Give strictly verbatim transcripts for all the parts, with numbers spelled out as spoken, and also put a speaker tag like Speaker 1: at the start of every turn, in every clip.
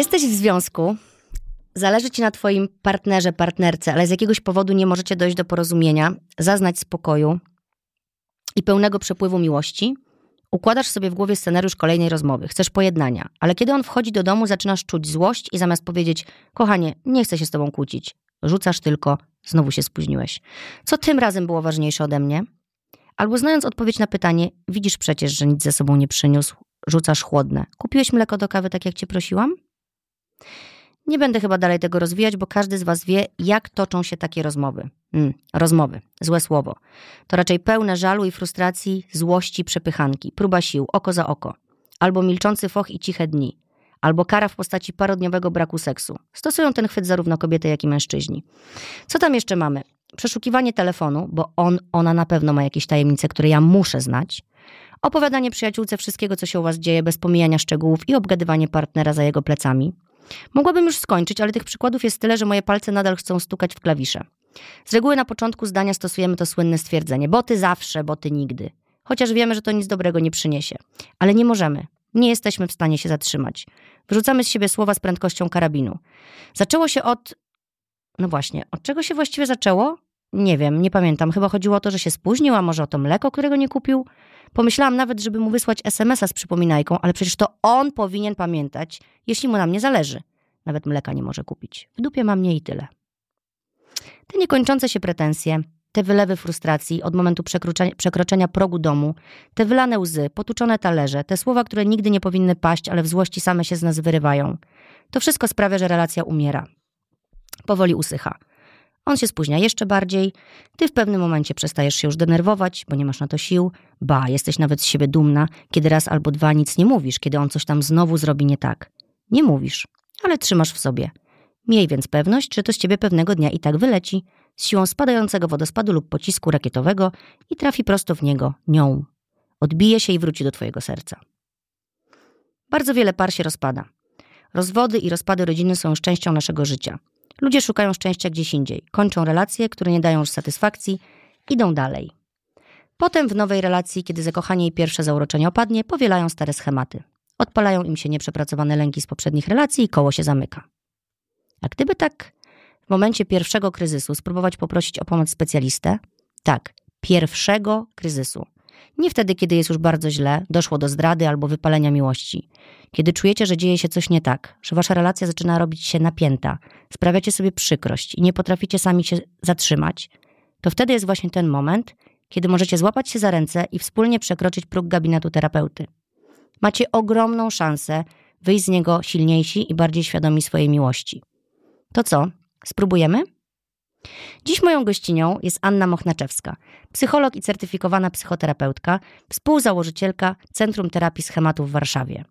Speaker 1: Jesteś w związku, zależy ci na twoim partnerze, partnerce, ale z jakiegoś powodu nie możecie dojść do porozumienia, zaznać spokoju i pełnego przepływu miłości. Układasz sobie w głowie scenariusz kolejnej rozmowy, chcesz pojednania, ale kiedy on wchodzi do domu, zaczynasz czuć złość i zamiast powiedzieć: kochanie, nie chcę się z tobą kłócić, rzucasz tylko: znowu się spóźniłeś. Co tym razem było ważniejsze ode mnie? Albo znając odpowiedź na pytanie: widzisz przecież, że nic ze sobą nie przyniósł, rzucasz chłodne: kupiłeś mleko do kawy tak jak cię prosiłam? Nie będę chyba dalej tego rozwijać, bo każdy z was wie, jak toczą się takie rozmowy. Hmm, rozmowy, złe słowo. To raczej pełne żalu i frustracji, złości, przepychanki, próba sił, oko za oko. Albo milczący foch i ciche dni. Albo kara w postaci parodniowego braku seksu. Stosują ten chwyt zarówno kobiety, jak i mężczyźni. Co tam jeszcze mamy? Przeszukiwanie telefonu, bo on, ona na pewno ma jakieś tajemnice, które ja muszę znać. Opowiadanie przyjaciółce wszystkiego, co się u was dzieje, bez pomijania szczegółów i obgadywanie partnera za jego plecami. Mogłabym już skończyć, ale tych przykładów jest tyle, że moje palce nadal chcą stukać w klawisze. Z reguły na początku zdania stosujemy to słynne stwierdzenie: bo ty zawsze, bo ty nigdy. Chociaż wiemy, że to nic dobrego nie przyniesie. Ale nie możemy. Nie jesteśmy w stanie się zatrzymać. Wyrzucamy z siebie słowa z prędkością karabinu. Zaczęło się od... No właśnie, od czego się właściwie zaczęło? Nie wiem, nie pamiętam. Chyba chodziło o to, że się spóźnił, a może o to mleko, którego nie kupił? Pomyślałam nawet, żeby mu wysłać es em es a z przypominajką, ale przecież to on powinien pamiętać, jeśli mu na mnie zależy. Nawet mleka nie może kupić. W dupie ma mnie i tyle. Te niekończące się pretensje, te wylewy frustracji od momentu przekroczenia, przekroczenia progu domu, te wylane łzy, potuczone talerze, te słowa, które nigdy nie powinny paść, ale w złości same się z nas wyrywają. To wszystko sprawia, że relacja umiera. Powoli usycha. On się spóźnia jeszcze bardziej, ty w pewnym momencie przestajesz się już denerwować, bo nie masz na to sił, ba, jesteś nawet z siebie dumna, kiedy raz albo dwa nic nie mówisz, kiedy on coś tam znowu zrobi nie tak. Nie mówisz, ale trzymasz w sobie. Miej więc pewność, że to z ciebie pewnego dnia i tak wyleci, z siłą spadającego wodospadu lub pocisku rakietowego i trafi prosto w niego, nią. Odbije się i wróci do twojego serca. Bardzo wiele par się rozpada. Rozwody i rozpady rodziny są już częścią naszego życia. Ludzie szukają szczęścia gdzieś indziej, kończą relacje, które nie dają już satysfakcji, idą dalej. Potem w nowej relacji, kiedy zakochanie i pierwsze zauroczenie opadnie, powielają stare schematy. Odpalają im się nieprzepracowane lęki z poprzednich relacji i koło się zamyka. A gdyby tak w momencie pierwszego kryzysu spróbować poprosić o pomoc specjalistę? Tak, pierwszego kryzysu. Nie wtedy, kiedy jest już bardzo źle, doszło do zdrady albo wypalenia miłości. Kiedy czujecie, że dzieje się coś nie tak, że wasza relacja zaczyna robić się napięta, sprawiacie sobie przykrość i nie potraficie sami się zatrzymać, to wtedy jest właśnie ten moment, kiedy możecie złapać się za ręce i wspólnie przekroczyć próg gabinetu terapeuty. Macie ogromną szansę wyjść z niego silniejsi i bardziej świadomi swojej miłości. To co? Spróbujemy? Dziś moją gościnią jest Anna Mochnaczewska, psycholog i certyfikowana psychoterapeutka, współzałożycielka Centrum Terapii Schematów w Warszawie.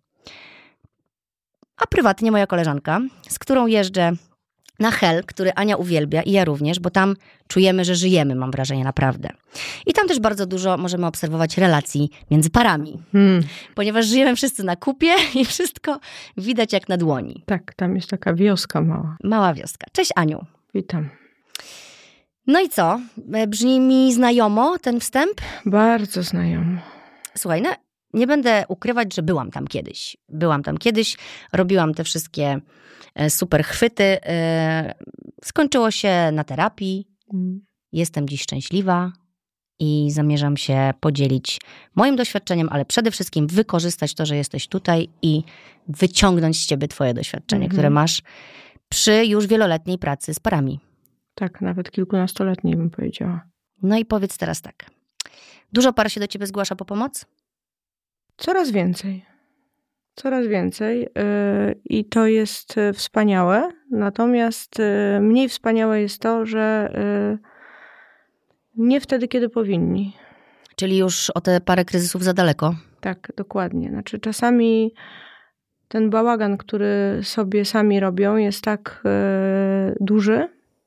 Speaker 1: A prywatnie moja koleżanka, z którą jeżdżę na Hel, który Ania uwielbia i ja również, bo tam czujemy, że żyjemy, mam wrażenie, naprawdę. I tam też bardzo dużo możemy obserwować relacji między parami, hmm. ponieważ żyjemy wszyscy na kupie i wszystko widać jak na dłoni.
Speaker 2: Tak, tam jest taka wioska mała.
Speaker 1: Mała wioska. Cześć Aniu.
Speaker 2: Witam.
Speaker 1: No i co? Brzmi mi znajomo ten wstęp?
Speaker 2: Bardzo znajomo.
Speaker 1: Słuchaj, no nie będę ukrywać, że byłam tam kiedyś. Byłam tam kiedyś, robiłam te wszystkie super chwyty. Skończyło się na terapii. Mm. Jestem dziś szczęśliwa i zamierzam się podzielić moim doświadczeniem, ale przede wszystkim wykorzystać to, że jesteś tutaj i wyciągnąć z ciebie twoje doświadczenie, mm-hmm. które masz przy już wieloletniej pracy z parami.
Speaker 2: Tak, nawet kilkunastoletniej bym powiedziała.
Speaker 1: No i powiedz teraz tak. Dużo par się do ciebie zgłasza po pomoc?
Speaker 2: Coraz więcej. Coraz więcej yy, i to jest wspaniałe. Natomiast yy, mniej wspaniałe jest to, że yy, nie wtedy, kiedy powinni.
Speaker 1: Czyli już o te parę kryzysów za daleko?
Speaker 2: Tak, dokładnie. Znaczy czasami ten bałagan, który sobie sami robią, jest tak yy, duży,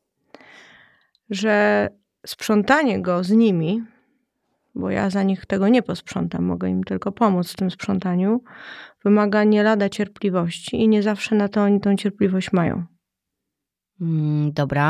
Speaker 2: że sprzątanie go z nimi, bo ja za nich tego nie posprzątam, mogę im tylko pomóc w tym sprzątaniu, wymaga nie lada cierpliwości i nie zawsze na to oni tą cierpliwość mają.
Speaker 1: Mm, dobra.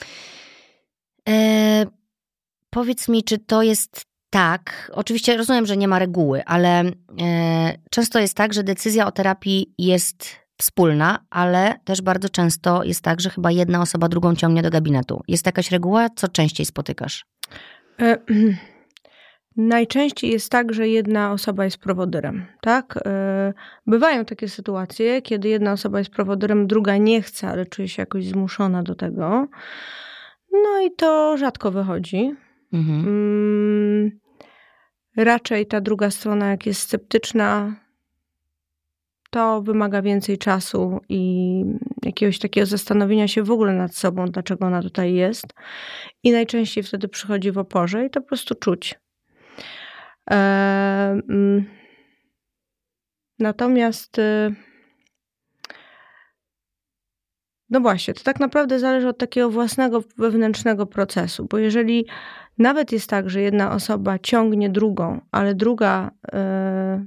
Speaker 1: E, powiedz mi, czy to jest tak, oczywiście rozumiem, że nie ma reguły, ale e, często jest tak, że decyzja o terapii jest wspólna, ale też bardzo często jest tak, że chyba jedna osoba drugą ciągnie do gabinetu. Jest jakaś reguła, co częściej spotykasz?
Speaker 2: E, Najczęściej jest tak, że jedna osoba jest prowodyrem, tak? E, Bywają takie sytuacje, kiedy jedna osoba jest prowodyrem, druga nie chce, ale czuje się jakoś zmuszona do tego. No i to rzadko wychodzi. Mhm. Mm, raczej ta druga strona, jak jest sceptyczna, to wymaga więcej czasu i jakiegoś takiego zastanowienia się w ogóle nad sobą, dlaczego ona tutaj jest. I najczęściej wtedy przychodzi w oporze i to po prostu czuć. E, natomiast no właśnie, to tak naprawdę zależy od takiego własnego wewnętrznego procesu, bo jeżeli nawet jest tak, że jedna osoba ciągnie drugą, ale druga e,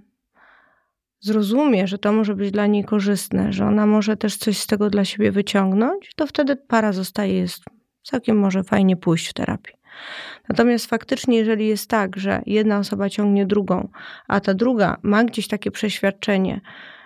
Speaker 2: zrozumie, że to może być dla niej korzystne, że ona może też coś z tego dla siebie wyciągnąć, to wtedy para zostaje, jest całkiem może fajnie pójść w terapię. Natomiast faktycznie, jeżeli jest tak, że jedna osoba ciągnie drugą, a ta druga ma gdzieś takie przeświadczenie,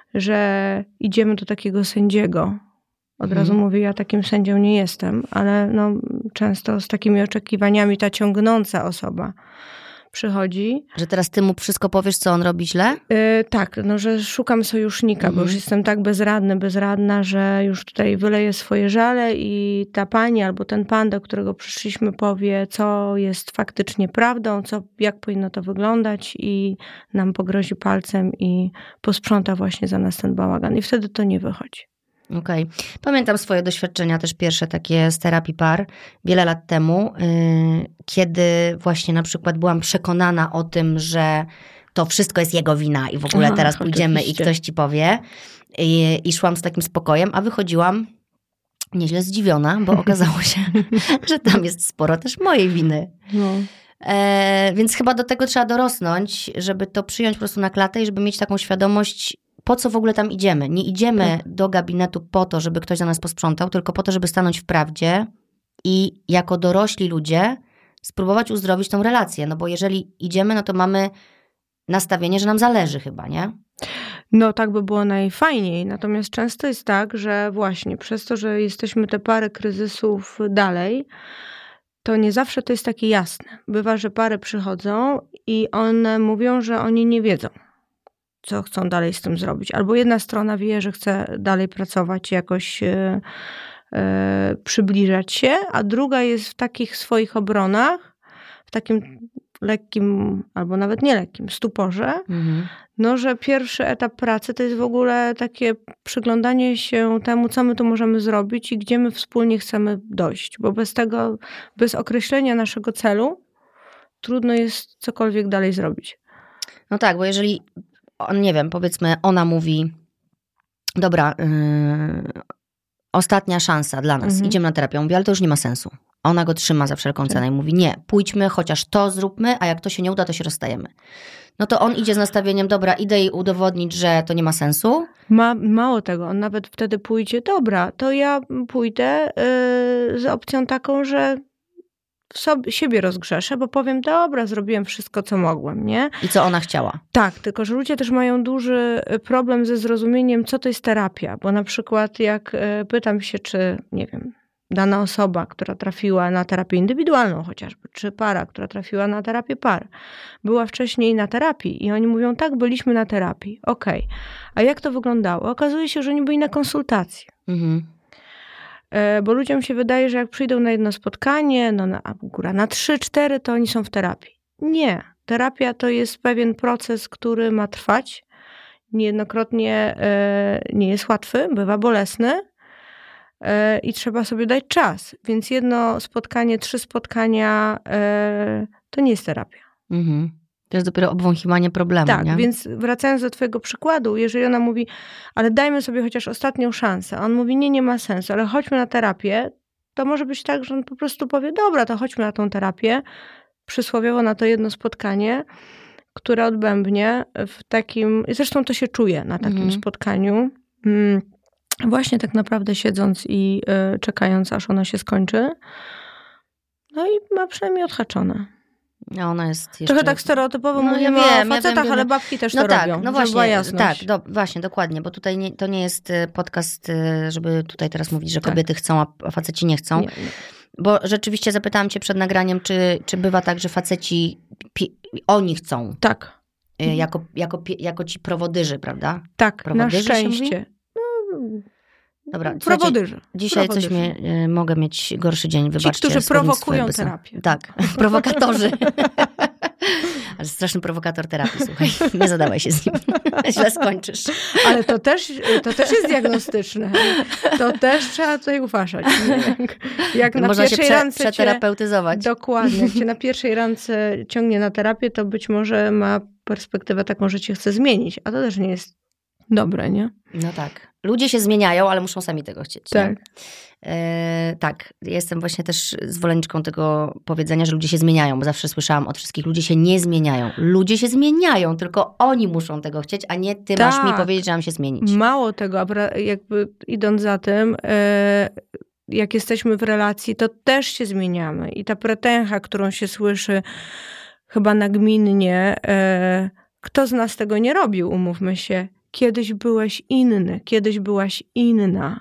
Speaker 2: że idziemy do takiego sędziego, od hmm. razu mówię, ja takim sędzią nie jestem, ale no, często z takimi oczekiwaniami ta ciągnąca osoba przychodzi.
Speaker 1: Że teraz ty mu wszystko powiesz, co on robi źle?
Speaker 2: Yy, tak, no, że szukam sojusznika, mhm. bo już jestem tak bezradny, bezradna, że już tutaj wyleję swoje żale i ta pani albo ten pan, do którego przyszliśmy, powie, co jest faktycznie prawdą, co, jak powinno to wyglądać i nam pogrozi palcem i posprząta właśnie za nas ten bałagan. I wtedy to nie wychodzi.
Speaker 1: Okej. Okay. Pamiętam swoje doświadczenia też pierwsze takie z terapii par wiele lat temu, yy, kiedy właśnie na przykład byłam przekonana o tym, że to wszystko jest jego wina i w ogóle Aha, teraz pójdziemy oczywiście. I ktoś ci powie I, i szłam z takim spokojem, a wychodziłam nieźle zdziwiona, bo okazało się, że tam jest sporo też mojej winy. No. E, więc chyba do tego trzeba dorosnąć, żeby to przyjąć po prostu na klatę i żeby mieć taką świadomość, po co w ogóle tam idziemy? Nie idziemy tak. do gabinetu po to, żeby ktoś za nas posprzątał, tylko po to, żeby stanąć w prawdzie i jako dorośli ludzie spróbować uzdrowić tą relację. No bo jeżeli idziemy, no to mamy nastawienie, że nam zależy chyba, nie?
Speaker 2: No tak by było najfajniej. Natomiast często jest tak, że właśnie przez to, że jesteśmy te parę kryzysów dalej, to nie zawsze to jest takie jasne. Bywa, że pary przychodzą i one mówią, że oni nie wiedzą, co chcą dalej z tym zrobić. Albo jedna strona wie, że chce dalej pracować, jakoś e, e, przybliżać się, a druga jest w takich swoich obronach, w takim lekkim, albo nawet nie lekkim, stuporze, mhm. no, że pierwszy etap pracy to jest w ogóle takie przyglądanie się temu, co my tu możemy zrobić i gdzie my wspólnie chcemy dojść. Bo bez tego, bez określenia naszego celu, trudno jest cokolwiek dalej zrobić.
Speaker 1: No tak, bo jeżeli on, nie wiem, powiedzmy, ona mówi, dobra, yy, ostatnia szansa dla nas, mhm. idziemy na terapię. Mówi, ale to już nie ma sensu. Ona go trzyma za wszelką cenę i mówi, nie, pójdźmy, chociaż to zróbmy, a jak to się nie uda, to się rozstajemy. No to on idzie z nastawieniem, dobra, idę jej udowodnić, że to nie ma sensu.
Speaker 2: Ma, mało tego, on nawet wtedy pójdzie, dobra, to ja pójdę yy, z opcją taką, że sobie, siebie rozgrzeszę, bo powiem, dobra, zrobiłem wszystko, co mogłem, nie?
Speaker 1: I co ona chciała.
Speaker 2: Tak, tylko że ludzie też mają duży problem ze zrozumieniem, co to jest terapia, bo na przykład jak pytam się, czy, nie wiem, dana osoba, która trafiła na terapię indywidualną chociażby, czy para, która trafiła na terapię par, była wcześniej na terapii i oni mówią, tak, byliśmy na terapii, okej. Okay. A jak to wyglądało? Okazuje się, że oni byli na konsultacji. Mhm. Bo ludziom się wydaje, że jak przyjdą na jedno spotkanie, no na, góra na trzy, cztery, to oni są w terapii. Nie. Terapia to jest pewien proces, który ma trwać. Niejednokrotnie nie jest łatwy, bywa bolesny i trzeba sobie dać czas. Więc jedno spotkanie, trzy spotkania to nie jest terapia.
Speaker 1: Mhm. To jest dopiero obwąchiwanie problemu,
Speaker 2: tak,
Speaker 1: nie?
Speaker 2: Więc wracając do twojego przykładu, jeżeli ona mówi, ale dajmy sobie chociaż ostatnią szansę, a on mówi, nie, nie ma sensu, ale chodźmy na terapię, to może być tak, że on po prostu powie, dobra, to chodźmy na tą terapię, przysłowiowo na to jedno spotkanie, które odbębnie w takim, i zresztą to się czuje na takim mhm. spotkaniu, właśnie tak naprawdę siedząc i czekając, aż ono się skończy, no i ma przynajmniej odhaczone.
Speaker 1: No, ona jest jeszcze...
Speaker 2: Trochę tak stereotypowo
Speaker 1: No,
Speaker 2: mówimy
Speaker 1: ja wiem,
Speaker 2: o facetach,
Speaker 1: ja wiem,
Speaker 2: ale
Speaker 1: wiem.
Speaker 2: babki też
Speaker 1: no
Speaker 2: to
Speaker 1: tak,
Speaker 2: robią.
Speaker 1: No właśnie,
Speaker 2: była jasność.
Speaker 1: tak, do, właśnie, dokładnie, bo tutaj nie, to nie jest podcast, żeby tutaj teraz mówić, że
Speaker 2: Tak.
Speaker 1: kobiety chcą, a, a faceci nie chcą.
Speaker 2: Nie, nie.
Speaker 1: Bo rzeczywiście zapytałam cię przed nagraniem, czy, czy bywa tak, że faceci, pi, oni chcą,
Speaker 2: Tak.
Speaker 1: y, jako, jako, jako ci prowodyży, prawda?
Speaker 2: Tak,
Speaker 1: Prowodyży
Speaker 2: na
Speaker 1: się mówi?
Speaker 2: szczęście.
Speaker 1: Dobra,
Speaker 2: Prowodyży.
Speaker 1: dzisiaj
Speaker 2: Prowodyży.
Speaker 1: coś mnie, y, mogę mieć gorszy dzień, wybaczcie.
Speaker 2: Ci, którzy prowokują terapię.
Speaker 1: Tak, prowokatorzy. Ale straszny prowokator terapii, słuchaj. Nie zadawaj się z nim. Źle skończysz.
Speaker 2: Ale to też, to też jest diagnostyczne. To też trzeba tutaj uważać. Jak, jak na
Speaker 1: Można się
Speaker 2: pierwszej
Speaker 1: prze,
Speaker 2: randce
Speaker 1: przeterapeutyzować.
Speaker 2: Cię, dokładnie. Jak cię na pierwszej randce ciągnie na terapię, to być może ma perspektywę taką, że cię chce zmienić. A to też nie jest dobre, nie?
Speaker 1: No tak. Ludzie się zmieniają, ale muszą sami tego chcieć.
Speaker 2: Tak.
Speaker 1: E, tak, jestem właśnie też zwolenniczką tego powiedzenia, że ludzie się zmieniają, bo zawsze słyszałam od wszystkich, ludzie się nie zmieniają. Ludzie się zmieniają, tylko oni muszą tego chcieć, a nie ty
Speaker 2: tak.
Speaker 1: masz mi powiedzieć, że mam się zmienić.
Speaker 2: Mało tego, a jakby idąc za tym, e, jak jesteśmy w relacji, to też się zmieniamy. I ta pretensja, którą się słyszy chyba nagminnie, e, kto z nas tego nie robił, umówmy się. Kiedyś byłeś inny, kiedyś byłaś inna.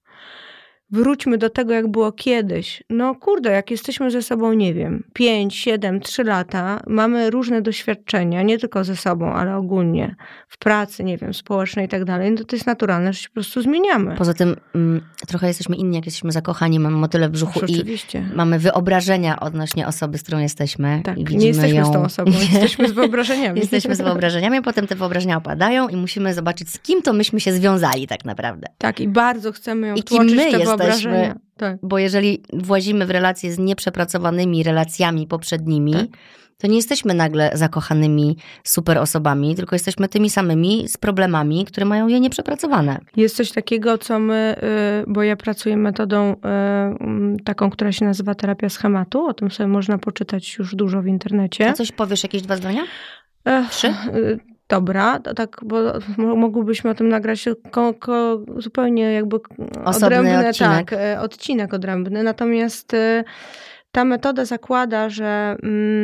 Speaker 2: Wróćmy do tego, jak było kiedyś. No kurde, jak jesteśmy ze sobą, nie wiem, pięć, siedem, trzy lata, mamy różne doświadczenia, nie tylko ze sobą, ale ogólnie w pracy, nie wiem, społecznej i tak dalej, no to jest naturalne, że się po prostu zmieniamy.
Speaker 1: Poza tym m, trochę jesteśmy inni, jak jesteśmy zakochani, mamy motyle w brzuchu
Speaker 2: Oczywiście.
Speaker 1: i mamy wyobrażenia odnośnie osoby, z którą jesteśmy.
Speaker 2: Tak,
Speaker 1: i
Speaker 2: nie jesteśmy
Speaker 1: ją...
Speaker 2: z tą osobą, jesteśmy z wyobrażeniami.
Speaker 1: Jesteśmy z wyobrażeniami, potem te wyobrażenia opadają i musimy zobaczyć, z kim to myśmy się związali tak naprawdę.
Speaker 2: Tak, i bardzo chcemy ją
Speaker 1: I kim
Speaker 2: wtłoczyć
Speaker 1: my
Speaker 2: w te
Speaker 1: jesteśmy,
Speaker 2: wyobrażenia. Tak.
Speaker 1: Bo jeżeli włazimy w relacje z nieprzepracowanymi relacjami poprzednimi, tak. to nie jesteśmy nagle zakochanymi super osobami, tylko jesteśmy tymi samymi z problemami, które mają je nieprzepracowane.
Speaker 2: Jest coś takiego, co my, bo ja pracuję metodą taką, która się nazywa terapia schematu, o tym sobie można poczytać już dużo w internecie.
Speaker 1: A coś powiesz, jakieś dwa zdania? Trzy?
Speaker 2: Dobra, to tak, bo mogłybyśmy o tym nagrać ko, ko, zupełnie jakby
Speaker 1: osobny
Speaker 2: odrębny,
Speaker 1: odcinek.
Speaker 2: Tak, odcinek odrębny. Natomiast ta metoda zakłada, że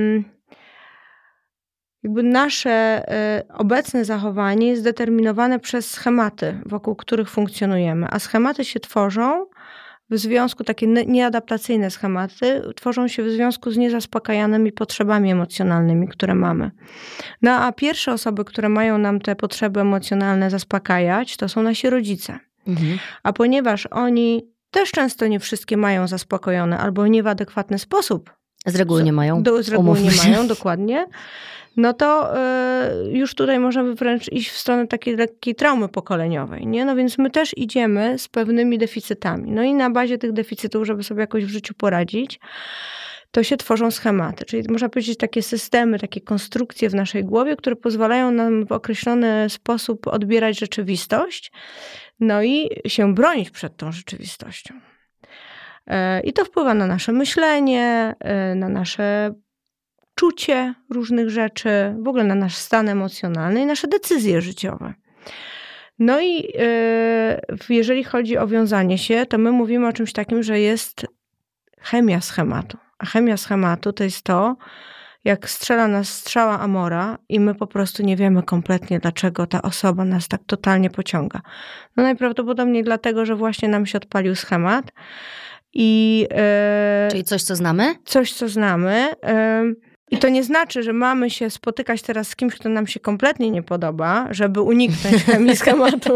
Speaker 2: jakby nasze obecne zachowanie jest zdeterminowane przez schematy, wokół których funkcjonujemy. A schematy się tworzą w związku, takie nieadaptacyjne schematy, tworzą się w związku z niezaspokajanymi potrzebami emocjonalnymi, które mamy. No a pierwsze osoby, które mają nam te potrzeby emocjonalne zaspokajać, to są nasi rodzice. Mhm. A ponieważ oni też często nie wszystkie mają zaspokojone, albo nie w adekwatny sposób.
Speaker 1: Z reguły nie mają.
Speaker 2: Do, z reguły nie mają, dokładnie. No to y, już tutaj możemy wręcz iść w stronę takiej lekkiej traumy pokoleniowej, nie? No więc my też idziemy z pewnymi deficytami. No i na bazie tych deficytów, żeby sobie jakoś w życiu poradzić, to się tworzą schematy. Czyli można powiedzieć takie systemy, takie konstrukcje w naszej głowie, które pozwalają nam w określony sposób odbierać rzeczywistość, no i się bronić przed tą rzeczywistością. Y, I to wpływa na nasze myślenie, y, na nasze czucie różnych rzeczy, w ogóle na nasz stan emocjonalny i nasze decyzje życiowe. No i yy, jeżeli chodzi o wiązanie się, to my mówimy o czymś takim, że jest chemia schematu. A chemia schematu to jest to, jak strzela nas strzała Amora i my po prostu nie wiemy kompletnie, dlaczego ta osoba nas tak totalnie pociąga. No najprawdopodobniej dlatego, że właśnie nam się odpalił schemat. I, yy,
Speaker 1: Czyli coś, co znamy?
Speaker 2: Coś, co znamy. Yy, I to nie znaczy, że mamy się spotykać teraz z kimś, kto nam się kompletnie nie podoba, żeby uniknąć chemii schematu.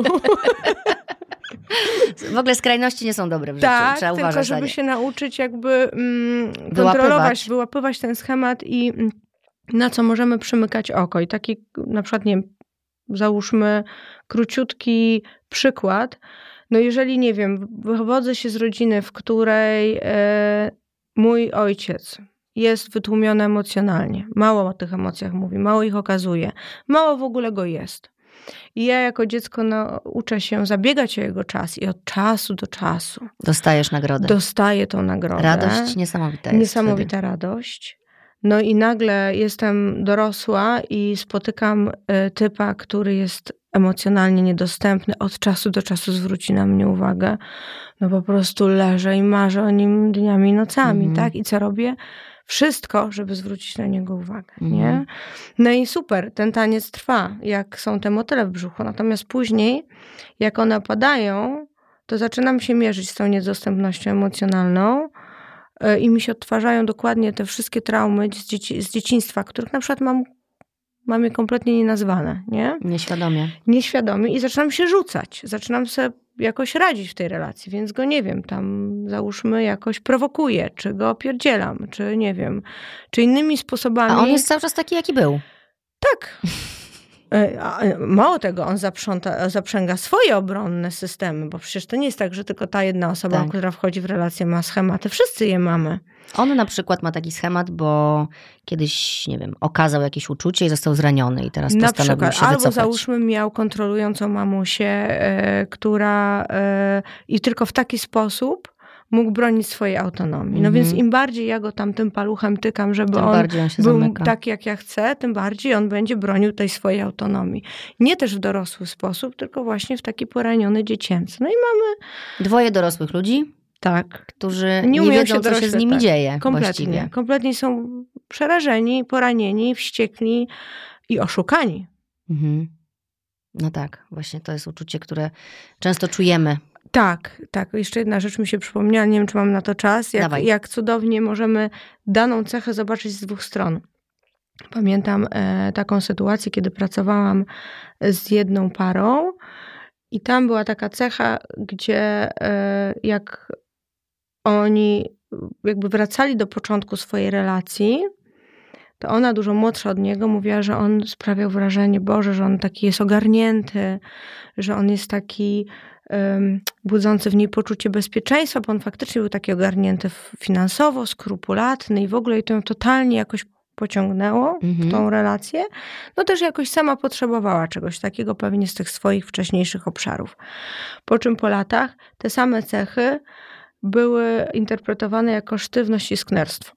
Speaker 1: W ogóle skrajności nie są dobre w życiu.
Speaker 2: Tak,
Speaker 1: trzeba
Speaker 2: tylko
Speaker 1: uważać
Speaker 2: żeby się nauczyć jakby mm,
Speaker 1: wyłapywać.
Speaker 2: kontrolować, wyłapywać ten schemat i na co możemy przymykać oko. I taki na przykład, nie wiem, załóżmy króciutki przykład. No jeżeli, nie wiem, wychodzę się z rodziny, w której e, mój ojciec jest wytłumiony emocjonalnie. Mało o tych emocjach mówi, mało ich okazuje. Mało w ogóle go jest. I ja jako dziecko no, uczę się zabiegać o jego czas i od czasu do czasu.
Speaker 1: Dostajesz nagrodę.
Speaker 2: Dostaję tą nagrodę.
Speaker 1: Radość niesamowita jest
Speaker 2: Niesamowita
Speaker 1: wtedy.
Speaker 2: radość. No i nagle jestem dorosła i spotykam typa, który jest emocjonalnie niedostępny, od czasu do czasu zwróci na mnie uwagę. No po prostu leżę i marzę o nim dniami i nocami, mm-hmm. tak? I co robię? Wszystko, żeby zwrócić na niego uwagę, mm-hmm. nie? No i super, ten taniec trwa, jak są te motyle w brzuchu. Natomiast później, jak one opadają, to zaczynam się mierzyć z tą niedostępnością emocjonalną i mi się odtwarzają dokładnie te wszystkie traumy z, dzieci, z dzieciństwa, których na przykład mam, mam je kompletnie nienazwane, nie?
Speaker 1: Nieświadomie.
Speaker 2: Nieświadomie i zaczynam się rzucać. Zaczynam sobie jakoś radzić w tej relacji, więc go nie wiem, tam załóżmy jakoś prowokuję, czy go opierdzielam, czy nie wiem, czy innymi sposobami.
Speaker 1: A on jest cały czas taki, jaki był?
Speaker 2: Tak. Mało tego, on zaprząta, zaprzęga swoje obronne systemy, bo przecież to nie jest tak, że tylko ta jedna osoba, tak. która wchodzi w relację, ma schematy. Wszyscy je mamy.
Speaker 1: On na przykład ma taki schemat, bo kiedyś, nie wiem, okazał jakieś uczucie i został zraniony i teraz
Speaker 2: na
Speaker 1: postanowił
Speaker 2: przykład,
Speaker 1: się
Speaker 2: albo
Speaker 1: wycofać.
Speaker 2: Załóżmy miał kontrolującą mamusię, e, która e, i tylko w taki sposób mógł bronić swojej autonomii. No mm-hmm. więc im bardziej ja go tam tym paluchem tykam, żeby
Speaker 1: tym
Speaker 2: on,
Speaker 1: on był
Speaker 2: zamyka. tak jak ja chcę, tym bardziej on będzie bronił tej swojej autonomii. Nie też w dorosły sposób, tylko właśnie w taki poraniony dziecięcy. No i mamy...
Speaker 1: Dwoje dorosłych ludzi,
Speaker 2: tak.
Speaker 1: którzy nie, nie wiedzą, co się z nimi
Speaker 2: tak.
Speaker 1: dzieje.
Speaker 2: Kompletnie.
Speaker 1: Właściwie.
Speaker 2: Kompletnie są przerażeni, poranieni, wściekli i oszukani.
Speaker 1: Mhm. No tak, właśnie to jest uczucie, które często czujemy.
Speaker 2: Tak, tak. Jeszcze jedna rzecz mi się przypomniała, nie wiem, czy mam na to czas, jak, jak cudownie możemy daną cechę zobaczyć z dwóch stron. Pamiętam e, taką sytuację, kiedy pracowałam z jedną parą i tam była taka cecha, gdzie e, jak oni jakby wracali do początku swojej relacji, to ona dużo młodsza od niego mówiła, że on sprawiał wrażenie, Boże, że on taki jest ogarnięty, że on jest taki um, budzący w niej poczucie bezpieczeństwa, bo on faktycznie był taki ogarnięty finansowo, skrupulatny i w ogóle i to ją totalnie jakoś pociągnęło mhm. w tą relację. No też jakoś sama potrzebowała czegoś takiego pewnie z tych swoich wcześniejszych obszarów. Po czym po latach te same cechy były interpretowane jako sztywność i sknerstwo.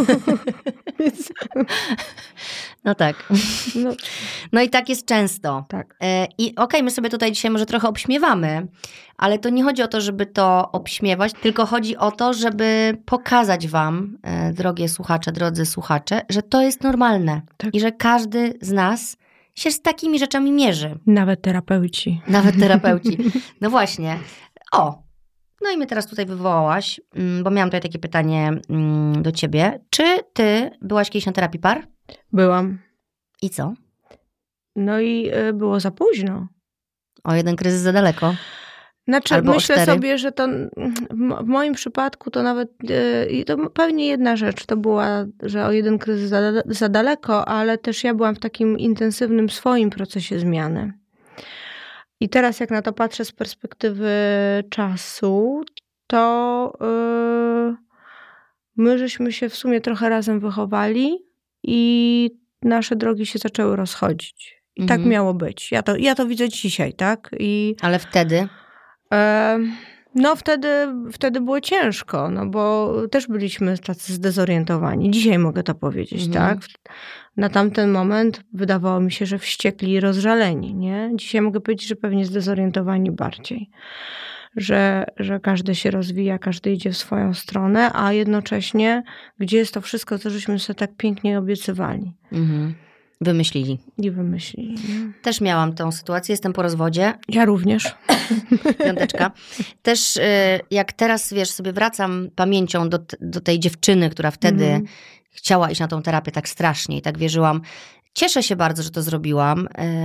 Speaker 1: No tak. No. no i tak jest często.
Speaker 2: Tak.
Speaker 1: I okej, okay, my sobie tutaj dzisiaj może trochę obśmiewamy, ale to nie chodzi o to, żeby to obśmiewać, tylko chodzi o to, żeby pokazać wam, drogie słuchacze, drodzy słuchacze, że to jest normalne. Tak. I że każdy z nas się z takimi rzeczami mierzy.
Speaker 2: Nawet terapeuci.
Speaker 1: Nawet terapeuci. No właśnie. O! No i mnie teraz tutaj wywołałaś, bo miałam tutaj takie pytanie do ciebie. Czy ty byłaś kiedyś na terapii par?
Speaker 2: Byłam.
Speaker 1: I co?
Speaker 2: No i było za późno.
Speaker 1: O jeden kryzys za daleko?
Speaker 2: Znaczy,
Speaker 1: Albo
Speaker 2: myślę sobie, że to w moim przypadku to nawet, to pewnie jedna rzecz to była, że o jeden kryzys za, za daleko, ale też ja byłam w takim intensywnym swoim procesie zmiany. I teraz jak na to patrzę z perspektywy czasu, to yy, my żeśmy się w sumie trochę razem wychowali i nasze drogi się zaczęły rozchodzić. I mhm. tak miało być. Ja to, ja to widzę dzisiaj, tak? I,
Speaker 1: Ale wtedy?
Speaker 2: Yy, no wtedy, wtedy było ciężko, no bo też byliśmy tacy zdezorientowani. Dzisiaj mogę to powiedzieć, mhm. tak? Na tamten moment wydawało mi się, że wściekli i rozżaleni, nie? Dzisiaj mogę powiedzieć, że pewnie zdezorientowani bardziej. Że, że każdy się rozwija, każdy idzie w swoją stronę, a jednocześnie gdzie jest to wszystko, co żeśmy sobie tak pięknie obiecywali.
Speaker 1: Mhm. Wymyślili.
Speaker 2: I wymyślili. Nie?
Speaker 1: Też miałam tą sytuację, jestem po rozwodzie.
Speaker 2: Ja również.
Speaker 1: Piąteczka. Też jak teraz, wiesz, sobie wracam pamięcią do, do tej dziewczyny, która wtedy mm. chciała iść na tą terapię tak strasznie i tak wierzyłam. Cieszę się bardzo, że to zrobiłam.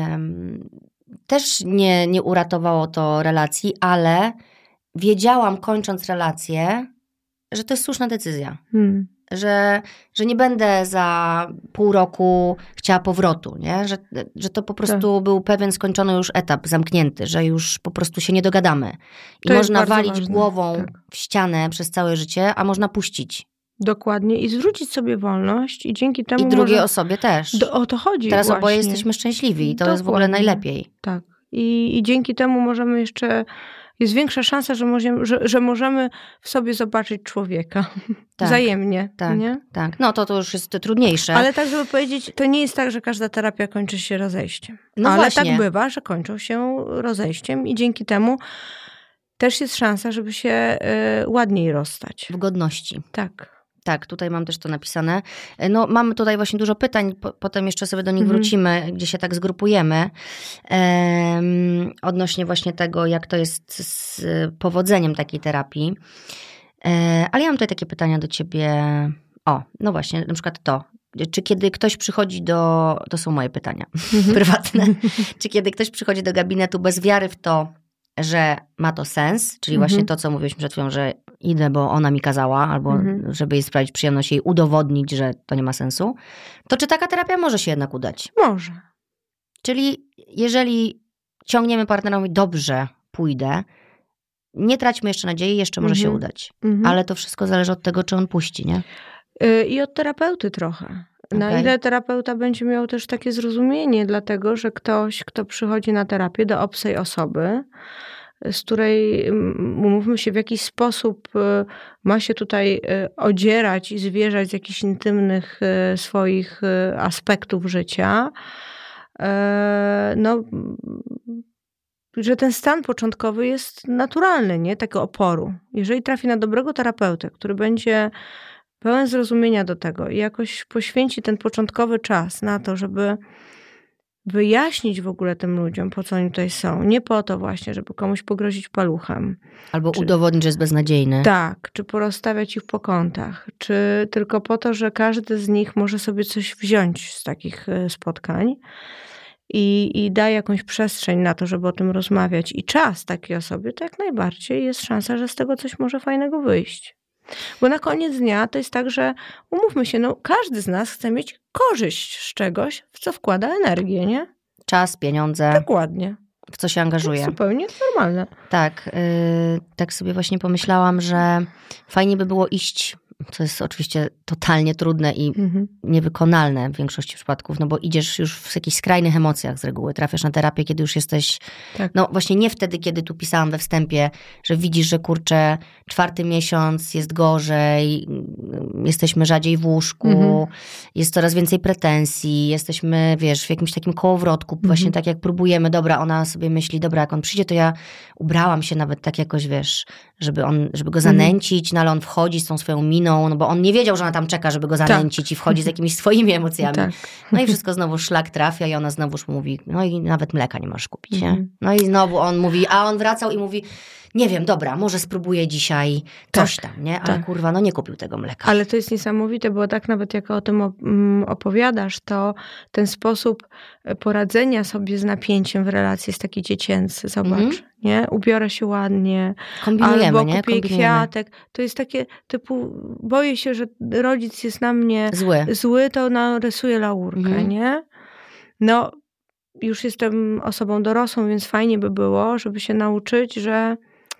Speaker 1: Też nie, nie uratowało to relacji, ale wiedziałam, kończąc relację, że to jest słuszna decyzja. Mm. Że, że nie będę za pół roku chciała powrotu, nie? Że, że to po prostu tak. był pewien skończony już etap, zamknięty, że już po prostu się nie dogadamy. I
Speaker 2: to
Speaker 1: można walić
Speaker 2: ważne.
Speaker 1: głową
Speaker 2: tak.
Speaker 1: w ścianę przez całe życie, a można puścić.
Speaker 2: Dokładnie. I zwrócić sobie wolność i dzięki temu
Speaker 1: I drugiej
Speaker 2: może...
Speaker 1: osobie też.
Speaker 2: Do, o to chodzi
Speaker 1: Teraz
Speaker 2: właśnie.
Speaker 1: oboje jesteśmy szczęśliwi i to
Speaker 2: Dokładnie.
Speaker 1: jest w ogóle najlepiej.
Speaker 2: Tak. I, I dzięki temu możemy jeszcze jest większa szansa, że możemy, że, że możemy w sobie zobaczyć człowieka. Tak, wzajemnie.
Speaker 1: Tak,
Speaker 2: nie?
Speaker 1: tak. No to to już jest trudniejsze.
Speaker 2: Ale tak, żeby powiedzieć, to nie jest tak, że każda terapia kończy się rozejściem.
Speaker 1: No
Speaker 2: Ale
Speaker 1: właśnie.
Speaker 2: tak bywa, że kończą się rozejściem i dzięki temu też jest szansa, żeby się y, ładniej rozstać.
Speaker 1: W godności.
Speaker 2: Tak.
Speaker 1: Tak, tutaj mam też to napisane. No, mamy tutaj właśnie dużo pytań, po, potem jeszcze sobie do nich mhm. wrócimy, gdzie się tak zgrupujemy. Um, odnośnie właśnie tego, jak to jest z powodzeniem takiej terapii. E, ale ja mam tutaj takie pytania do ciebie. O, no właśnie, na przykład to. Czy kiedy ktoś przychodzi do... To są moje pytania mhm. prywatne. Czy kiedy ktoś przychodzi do gabinetu bez wiary w to, że ma to sens, czyli mhm. właśnie to, co mówiliśmy przed chwilą, że idę, bo ona mi kazała, albo mhm. żeby jej sprawić przyjemność, jej udowodnić, że to nie ma sensu, to czy taka terapia może się jednak udać?
Speaker 2: Może.
Speaker 1: Czyli jeżeli ciągniemy partnerowi, dobrze, pójdę, nie traćmy jeszcze nadziei, jeszcze może mhm. się udać. Mhm. Ale to wszystko zależy od tego, czy on puści, nie?
Speaker 2: I od terapeuty trochę. Na okay. ile terapeuta będzie miał też takie zrozumienie, dlatego że ktoś, kto przychodzi na terapię do obcej osoby, z której, umówmy się, w jakiś sposób ma się tutaj odzierać i zwierzać z jakichś intymnych swoich aspektów życia, no, że ten stan początkowy jest naturalny, nie? Tego oporu. Jeżeli trafi na dobrego terapeutę, który będzie pełen zrozumienia do tego i jakoś poświęci ten początkowy czas na to, żeby wyjaśnić w ogóle tym ludziom, po co oni tutaj są. Nie po to właśnie, żeby komuś pogrozić paluchem.
Speaker 1: Albo
Speaker 2: czy,
Speaker 1: udowodnić, że jest beznadziejny.
Speaker 2: Tak, czy porozstawiać ich po kątach. Czy tylko po to, że każdy z nich może sobie coś wziąć z takich spotkań i, i da jakąś przestrzeń na to, żeby o tym rozmawiać i czas takiej osobie, to jak najbardziej jest szansa, że z tego coś może fajnego wyjść. Bo na koniec dnia to jest tak, że umówmy się, no każdy z nas chce mieć korzyść z czegoś, w co wkłada energię, nie?
Speaker 1: Czas, pieniądze.
Speaker 2: Dokładnie.
Speaker 1: W co się angażuje.
Speaker 2: To jest zupełnie normalne.
Speaker 1: Tak, yy, tak sobie właśnie pomyślałam, że fajnie by było iść, co jest oczywiście totalnie trudne i mhm. niewykonalne w większości przypadków, no bo idziesz już w jakichś skrajnych emocjach z reguły, trafiasz na terapię, kiedy już jesteś, tak. no właśnie nie wtedy, kiedy tu pisałam we wstępie, że widzisz, że kurczę, czwarty miesiąc jest gorzej, jesteśmy rzadziej w łóżku, mhm. jest coraz więcej pretensji, jesteśmy, wiesz, w jakimś takim kołowrotku, mhm. właśnie tak jak próbujemy, dobra, ona sobie myśli, dobra, jak on przyjdzie, to ja ubrałam się nawet tak jakoś, wiesz, żeby on, żeby go zanęcić, mhm. no ale on wchodzi z tą swoją miną, no bo on nie wiedział, że ona tam czeka, żeby go zanęcić tak. i wchodzi z jakimiś swoimi emocjami. Tak. No i wszystko znowu szlak trafia i ona znowuż mówi, no i nawet mleka nie możesz kupić, nie? Mm. No i znowu on mówi, a on wracał i mówi, nie wiem, dobra, może spróbuję dzisiaj coś tak, tam, nie? Ale tak. kurwa, no nie kupił tego mleka.
Speaker 2: Ale to jest niesamowite, bo tak nawet jak o tym opowiadasz, to ten sposób poradzenia sobie z napięciem w relacji jest taki dziecięcy. Zobacz, mm-hmm. nie? Ubiorę się ładnie,
Speaker 1: kombinujemy,
Speaker 2: albo
Speaker 1: nie?
Speaker 2: kupię kwiatek. To jest takie typu, boję się, że rodzic jest na mnie
Speaker 1: zły,
Speaker 2: zły to narysuje laurkę, mm-hmm. nie? No, już jestem osobą dorosłą, więc fajnie by było, żeby się nauczyć, że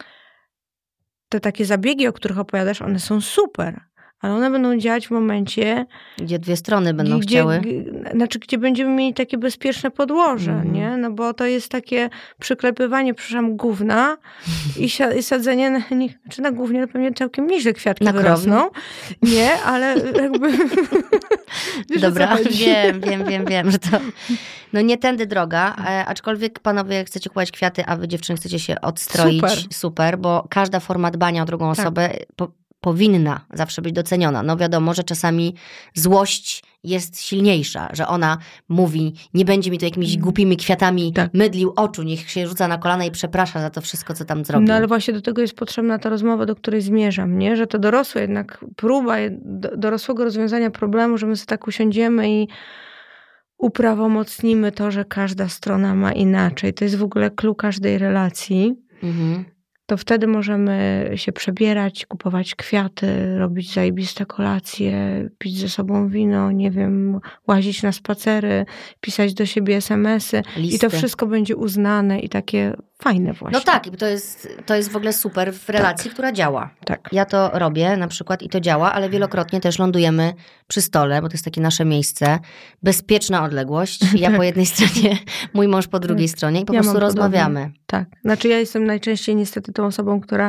Speaker 2: te takie zabiegi, o których opowiadasz, one są super, ale one będą działać w momencie,
Speaker 1: gdzie dwie strony będą
Speaker 2: gdzie,
Speaker 1: chciały.
Speaker 2: G, znaczy, gdzie będziemy mieli takie bezpieczne podłoże, mm. nie? No bo to jest takie przyklepywanie, przepraszam, gówna i, i sadzenie na nich, znaczy na głównie pewnie całkiem nieźle kwiatki na wyrosną. Nie, ale jakby... Wiesz,
Speaker 1: dobra, wiem, wiem, wiem, wiem, że to no nie tędy droga, e, aczkolwiek panowie chcecie kupować kwiaty, a wy dziewczyny chcecie się odstroić, super, super bo każda forma dbania o drugą tak. osobę po, powinna zawsze być doceniona. No wiadomo, że czasami złość jest silniejsza, że ona mówi, nie będzie mi to jakimiś głupimi kwiatami tak. mydlił oczu, niech się rzuca na kolana i przeprasza za to wszystko, co tam zrobił.
Speaker 2: No ale właśnie do tego jest potrzebna ta rozmowa, do której zmierzam, nie? Że to dorosłe jednak próba dorosłego rozwiązania problemu, że my sobie tak usiądziemy i uprawomocnimy to, że każda strona ma inaczej. To jest w ogóle clue każdej relacji. Mhm. To wtedy możemy się przebierać, kupować kwiaty, robić zajebiste kolacje, pić ze sobą wino, nie wiem, łazić na spacery, pisać do siebie es em esy. Listy. I to wszystko będzie uznane i takie fajne właśnie.
Speaker 1: No tak, to jest, to jest w ogóle super w relacji, tak. która działa.
Speaker 2: Tak.
Speaker 1: Ja to robię na przykład i to działa, ale wielokrotnie też lądujemy przy stole, bo to jest takie nasze miejsce. Bezpieczna odległość. Ja po jednej stronie, mój mąż po drugiej stronie i po
Speaker 2: ja
Speaker 1: prostu rozmawiamy.
Speaker 2: Podobnie. Tak. Znaczy ja jestem najczęściej niestety tą osobą, która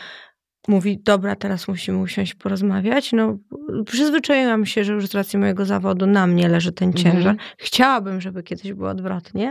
Speaker 2: mówi, dobra, teraz musimy usiąść porozmawiać. No, przyzwyczaiłam się, że już z racji mojego zawodu na mnie leży ten ciężar. Mhm. Chciałabym, żeby kiedyś było odwrotnie.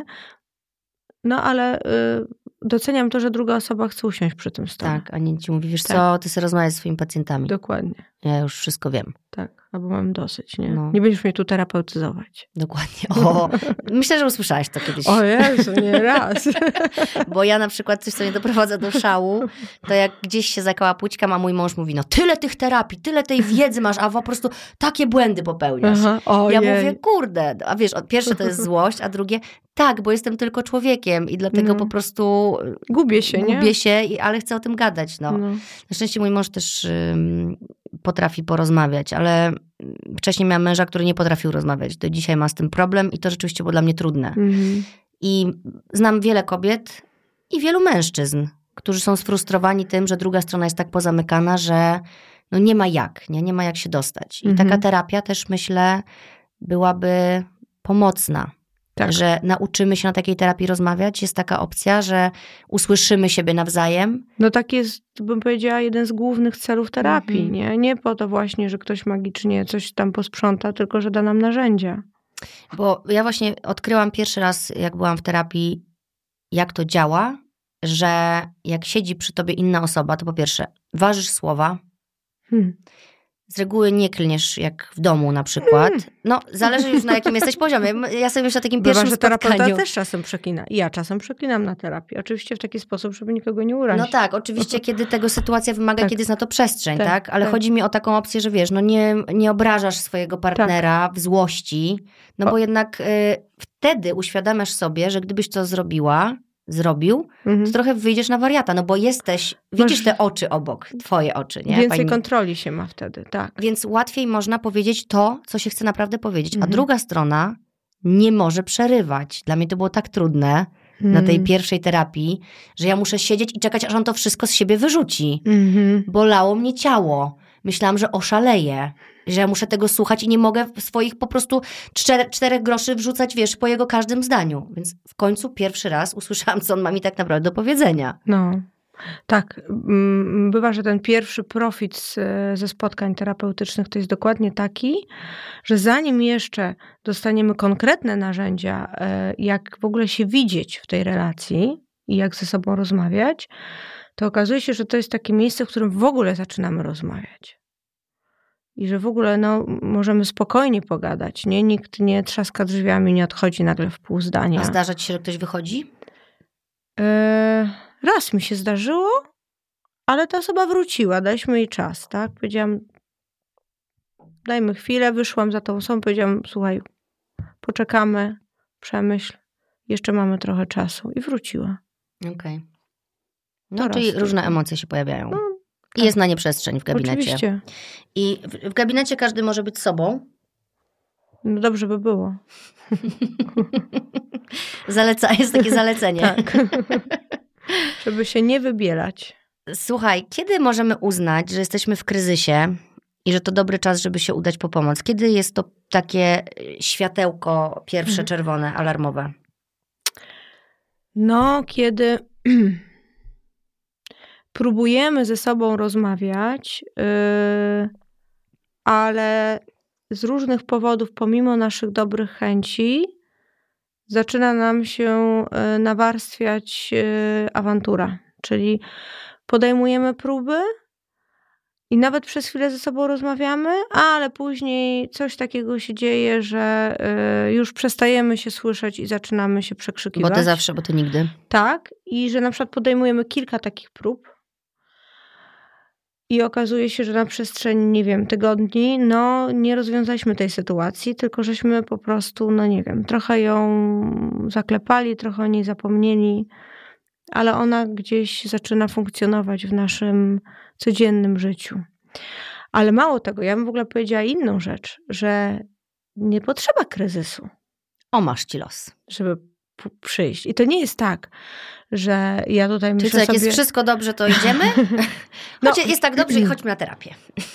Speaker 2: No, ale y, doceniam to, że druga osoba chce usiąść przy tym stole.
Speaker 1: Tak, a nie ci mówi, wiesz
Speaker 2: tak.
Speaker 1: co, ty sobie rozmawiasz z swoimi pacjentami.
Speaker 2: Dokładnie.
Speaker 1: Ja już wszystko wiem.
Speaker 2: Tak, albo mam dosyć, nie? No. Nie będziesz mnie tu terapeutyzować.
Speaker 1: Dokładnie. O, myślę, że usłyszałaś to kiedyś.
Speaker 2: O Jezu, nie raz.
Speaker 1: Bo ja na przykład coś, co mnie doprowadza do szału, to jak gdzieś się zakałapućkam, a mój mąż mówi, no tyle tych terapii, tyle tej wiedzy masz, a po prostu takie błędy popełniasz. Aha, ja mówię, kurde, a wiesz, pierwsze to jest złość, a drugie, tak, bo jestem tylko człowiekiem i dlatego no. po prostu
Speaker 2: gubię się,
Speaker 1: gubię
Speaker 2: nie?
Speaker 1: się, ale chcę o tym gadać. No. No. Na szczęście mój mąż też ym, potrafi porozmawiać, ale wcześniej miałam męża, który nie potrafił rozmawiać. Do dzisiaj ma z tym problem i to rzeczywiście było dla mnie trudne. Mhm. I znam wiele kobiet i wielu mężczyzn, którzy są sfrustrowani tym, że druga strona jest tak pozamykana, że no nie ma jak, nie, nie ma jak się dostać. I mhm. taka terapia też, myślę, byłaby pomocna. Tak. Że nauczymy się na takiej terapii rozmawiać. Jest taka opcja, że usłyszymy siebie nawzajem.
Speaker 2: No tak jest, bym powiedziała, jeden z głównych celów terapii. Mhm. Nie? Nie po to właśnie, że ktoś magicznie coś tam posprząta, tylko że da nam narzędzia.
Speaker 1: Bo ja właśnie odkryłam pierwszy raz, jak byłam w terapii, jak to działa, że jak siedzi przy tobie inna osoba, to po pierwsze ważysz słowa, hmm. z reguły nie klniesz jak w domu na przykład. No, zależy już na jakim jesteś poziomie. Ja sobie myślę o takim pierwszym
Speaker 2: Bywa, że
Speaker 1: spotkaniu.
Speaker 2: Terapeuta też czasem przeklina. Ja czasem przeklinam na terapii. Oczywiście w taki sposób, żeby nikogo nie urazić.
Speaker 1: No tak, oczywiście kiedy tego sytuacja wymaga, tak. kiedy jest na to przestrzeń, tak? tak? Ale tak. chodzi mi o taką opcję, że wiesz, no nie, nie obrażasz swojego partnera tak. w złości, no o. bo jednak y, wtedy uświadamiasz sobie, że gdybyś to zrobiła, zrobił, mhm. to trochę wyjdziesz na wariata, no bo jesteś, widzisz te oczy obok, twoje oczy, nie?
Speaker 2: Więcej
Speaker 1: Pani...
Speaker 2: kontroli się ma wtedy, tak.
Speaker 1: Więc łatwiej można powiedzieć to, co się chce naprawdę powiedzieć, mhm. a druga strona nie może przerywać. Dla mnie to było tak trudne mhm. na tej pierwszej terapii, że ja muszę siedzieć i czekać, aż on to wszystko z siebie wyrzuci. Mhm. Bolało mnie ciało. Myślałam, że oszaleję, że ja muszę tego słuchać i nie mogę swoich po prostu czter, czterech groszy wrzucać, wiesz, po jego każdym zdaniu. Więc w końcu pierwszy raz usłyszałam, co on ma mi tak naprawdę do powiedzenia.
Speaker 2: No, tak. Bywa, że ten pierwszy profit z, ze spotkań terapeutycznych to jest dokładnie taki, że zanim jeszcze dostaniemy konkretne narzędzia, jak w ogóle się widzieć w tej relacji i jak ze sobą rozmawiać, to okazuje się, że to jest takie miejsce, w którym w ogóle zaczynamy rozmawiać. I że w ogóle no, możemy spokojnie pogadać, nie? Nikt nie trzaska drzwiami, nie odchodzi nagle w pół zdania.
Speaker 1: A zdarza ci się, że ktoś wychodzi?
Speaker 2: Yy, raz mi się zdarzyło, ale ta osoba wróciła, daliśmy jej czas, tak? Powiedziałam, dajmy chwilę, wyszłam za tą osobą, powiedziałam, słuchaj, poczekamy, przemyśl, jeszcze mamy trochę czasu i wróciła.
Speaker 1: Okej. Okay. No, czyli różne emocje się pojawiają. No, I tak. jest na nie przestrzeń w gabinecie.
Speaker 2: Oczywiście.
Speaker 1: I w, w gabinecie każdy może być sobą.
Speaker 2: No dobrze by było.
Speaker 1: Zaleca, jest takie zalecenie.
Speaker 2: Tak. Żeby się nie wybielać.
Speaker 1: Słuchaj, kiedy możemy uznać, że jesteśmy w kryzysie i że to dobry czas, żeby się udać po pomoc? Kiedy jest to takie światełko pierwsze, czerwone, alarmowe?
Speaker 2: No, kiedy próbujemy ze sobą rozmawiać, yy, ale z różnych powodów, pomimo naszych dobrych chęci, zaczyna nam się nawarstwiać awantura. Czyli podejmujemy próby i nawet przez chwilę ze sobą rozmawiamy, ale później coś takiego się dzieje, że już przestajemy się słyszeć i zaczynamy się przekrzykiwać.
Speaker 1: Bo ty zawsze, bo ty nigdy.
Speaker 2: Tak. I że na przykład podejmujemy kilka takich prób i okazuje się, że na przestrzeni, nie wiem, tygodni, no nie rozwiązaliśmy tej sytuacji, tylko żeśmy po prostu, no nie wiem, trochę ją zaklepali, trochę o niej zapomnieli, ale ona gdzieś zaczyna funkcjonować w naszym codziennym życiu. Ale mało tego, ja bym w ogóle powiedziała inną rzecz, że nie potrzeba kryzysu.
Speaker 1: O, masz ci los.
Speaker 2: Żeby p- przyjść. I to nie jest tak, że ja tutaj myślę
Speaker 1: Czyli co, jak
Speaker 2: sobie...
Speaker 1: jest wszystko dobrze, to idziemy?
Speaker 2: No.
Speaker 1: Choć jest tak dobrze i chodźmy na terapię.